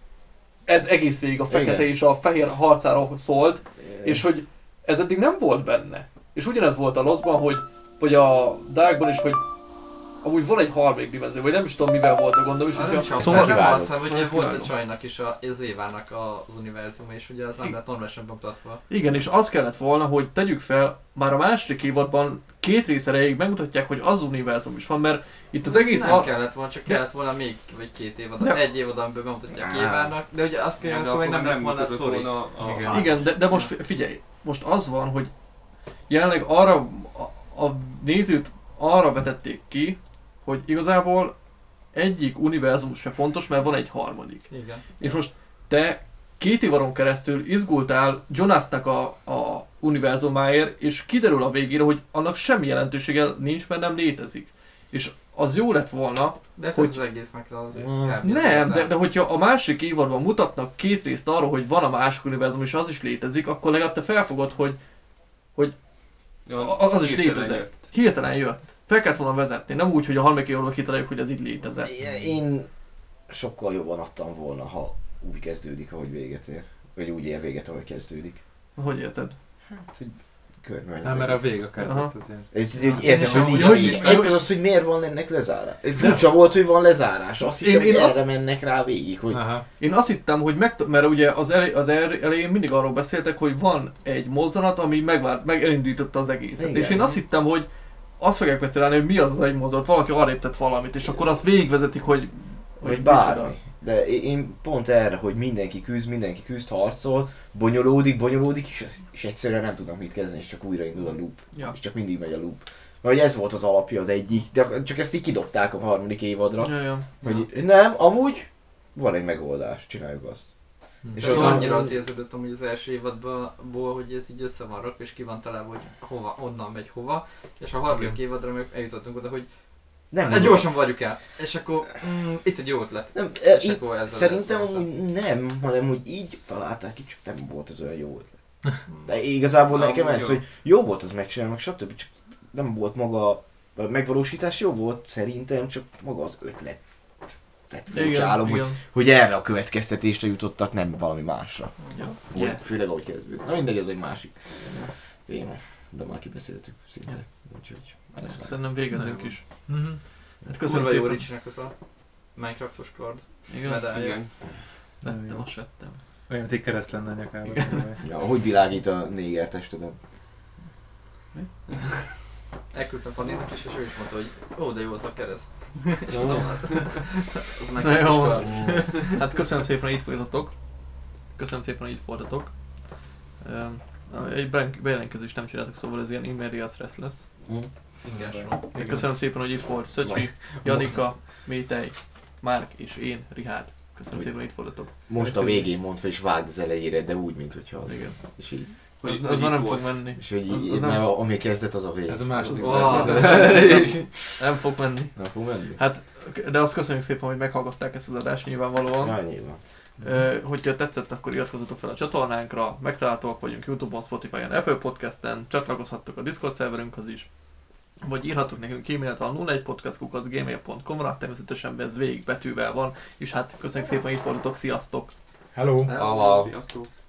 ez egész végig a fekete Igen. és a fehér harcára szólt, és hogy ez eddig nem volt benne. És ugyanez volt a Lost-ban, hogy, vagy a Darkban is, hogy amúgy van egy harmadik dimenzió, vagy nem is tudom mivel volt a gondom is, Ah, nem hogyha... csak Szóval szóval nem kiváló. az, hanem hogy Ez ez volt a kiváló. csajnak is, a, az Évának a- az univerzuma, és ugye az nem lett normálisan bemutatva. Igen, és az kellett volna, hogy tegyük fel, már a második évadban két rész erejéig megmutatják, hogy az univerzum is van, mert itt az egész... Nem a... kellett volna, csak kellett volna még vagy két évad, De- egy évad, amiben bemutatják Á. Évának, de ugye azt kell, akkor még nem lett volna a működött sztori. volna a Igen. három. Igen, de, de most fi- figyelj, most az van, hogy jelenleg arra a, a nézőt arra vetették ki, hogy igazából egyik univerzum sem fontos, mert van egy harmadik. Igen. És most te két évadon keresztül izgultál Jonasnak a, a univerzumáért, és kiderül a végére, hogy annak semmi jelentősége nincs, mert nem létezik. És az jó lett volna, De hát Hogy- ez az egésznek az Mm. kb. nem, de, de hogyha a másik évadban mutatnak két részt arról, hogy van a másik univerzum, és az is létezik, akkor legalább te felfogod, hogy Ja, a- az is hirtelen létezett. jött. Hirtelen jött. Fel kellett volna vezetni, nem úgy, hogy a harmadik évadban kitaláljuk, hogy ez így létezett. Én sokkal jobban adtam volna, ha úgy kezdődik, ahogy véget ér. Vagy úgy ér véget, ahogy kezdődik. Hogy érted? Hát, hogy körbe megy. Hát mert a vég a kezdet Aha. azért. És, Én így értem, is hogy amúgy- nincs hogy- vége. hogy- Egy az, hogy miért van ennek lezárás. Furcsa volt, hogy van lezárás. Azt Én- hittem, én hogy azt- erre mennek rá végig, hogy Aha. Én azt hittem, hogy meg, mert ugye az, elej, az elején mindig arról beszéltek, hogy van egy mozzanat, ami megvált, meg elindította az egészet. Igen. És én azt hittem, hogy azt fogják betalálni, hogy mi az az egy mozzanat, valaki arrébb tett valamit, és akkor azt végigvezetik, hogy... vagy bármi. De én- én pont erre, hogy mindenki küzd, mindenki küzd, harcol, bonyolódik, bonyolódik, és, és egyszerűen nem tudnak mit kezdeni, és csak újraindul a loop. Ja. És csak mindig megy a loop. Vagy ez volt az alapja az egyik, de csak ezt így kidobták a harmadik évadra. Ja, ja. Hogy nem, amúgy van egy megoldás, csináljuk azt. És És ott- annyira az érződött amúgy az első évadból, hogy ez így össze van rakva, és ki van találva, hogy hova, onnan megy hova, és a harmadik évadra meg eljutottunk oda, hogy Nem, hát gyorsan varjuk el, és akkor mm, itt egy jó ötlet. nem, e, És így, akkor ezzel szerintem lehet amúgy nem, hanem hogy így találták ki, csak nem volt ez olyan jó ötlet. De igazából Na, nekem amúgy ez, jó. hogy jó volt az megcsinálni, meg stb. Csak nem volt maga a megvalósítás, jó volt szerintem, csak maga az ötlet. Tehát furcsálom, hogy, igen. hogy erre a következtetésre jutottak, nem valami másra. Ja. Úgy, Yeah. főleg ahogy kezdődött. Na mindegy, ez egy másik téma. De már kibeszéltük szinte. Úgyhogy már ez már. Szerintem végezünk Nem. is. Mhm. Hát Köszönöm köszönöm jó szépen. Ricsnek az a Minecraftos kard. Igen, medálja. Igen. vettem, azt vettem. Olyan, mint egy kereszt lenne a nyakában. Ja, hogy világít a néger testeden? Elküldtem Fanninak is, és ő is mondta, hogy ó, de jó az a kereszt. És Na. mondom, hát, az Na Minecraftos jó. kard. Hát köszönöm szépen, hogy itt voltatok. Köszönöm szépen, hogy itt voltatok. Öm, Egy be- bejelentkezést nem csináltak, szóval ez ilyen immediate stress lesz. Ingásról. De köszönöm szépen, hogy itt volt Szöcsi, Janika, Métej, Márk és én, Rihárd. Köszönöm szépen, hogy itt voltatok. Most a végén mondva és vágd az elejére, de úgy, mint hogyha az. Igen. És így. Hogy- Az, hogy az már itt nem volt. fog menni. És hogy Az- így, az nem- mert ami kezdett, az a vég. Ez a második Wow. szervezet. Nem fog menni. Nem fog menni? Hát, de azt köszönjük szépen, hogy meghallgatták ezt az adást nyilvánvalóan. Ja, nyilván. Ö, hogyha tetszett, akkor iratkozzatok fel a csatornánkra, megtalálhatóak vagyunk YouTube-on, Spotify-on, Apple Podcast-en, csatlakozhattok a Discord szerverünkhöz is, vagy írhatok nekünk e-mailt a nulla egy podcast kukac gmail pont com-ra, természetesen ez végig betűvel van, és hát köszönjük szépen, hogy itt voltatok, sziasztok! Hello! Hello. Sziasztok!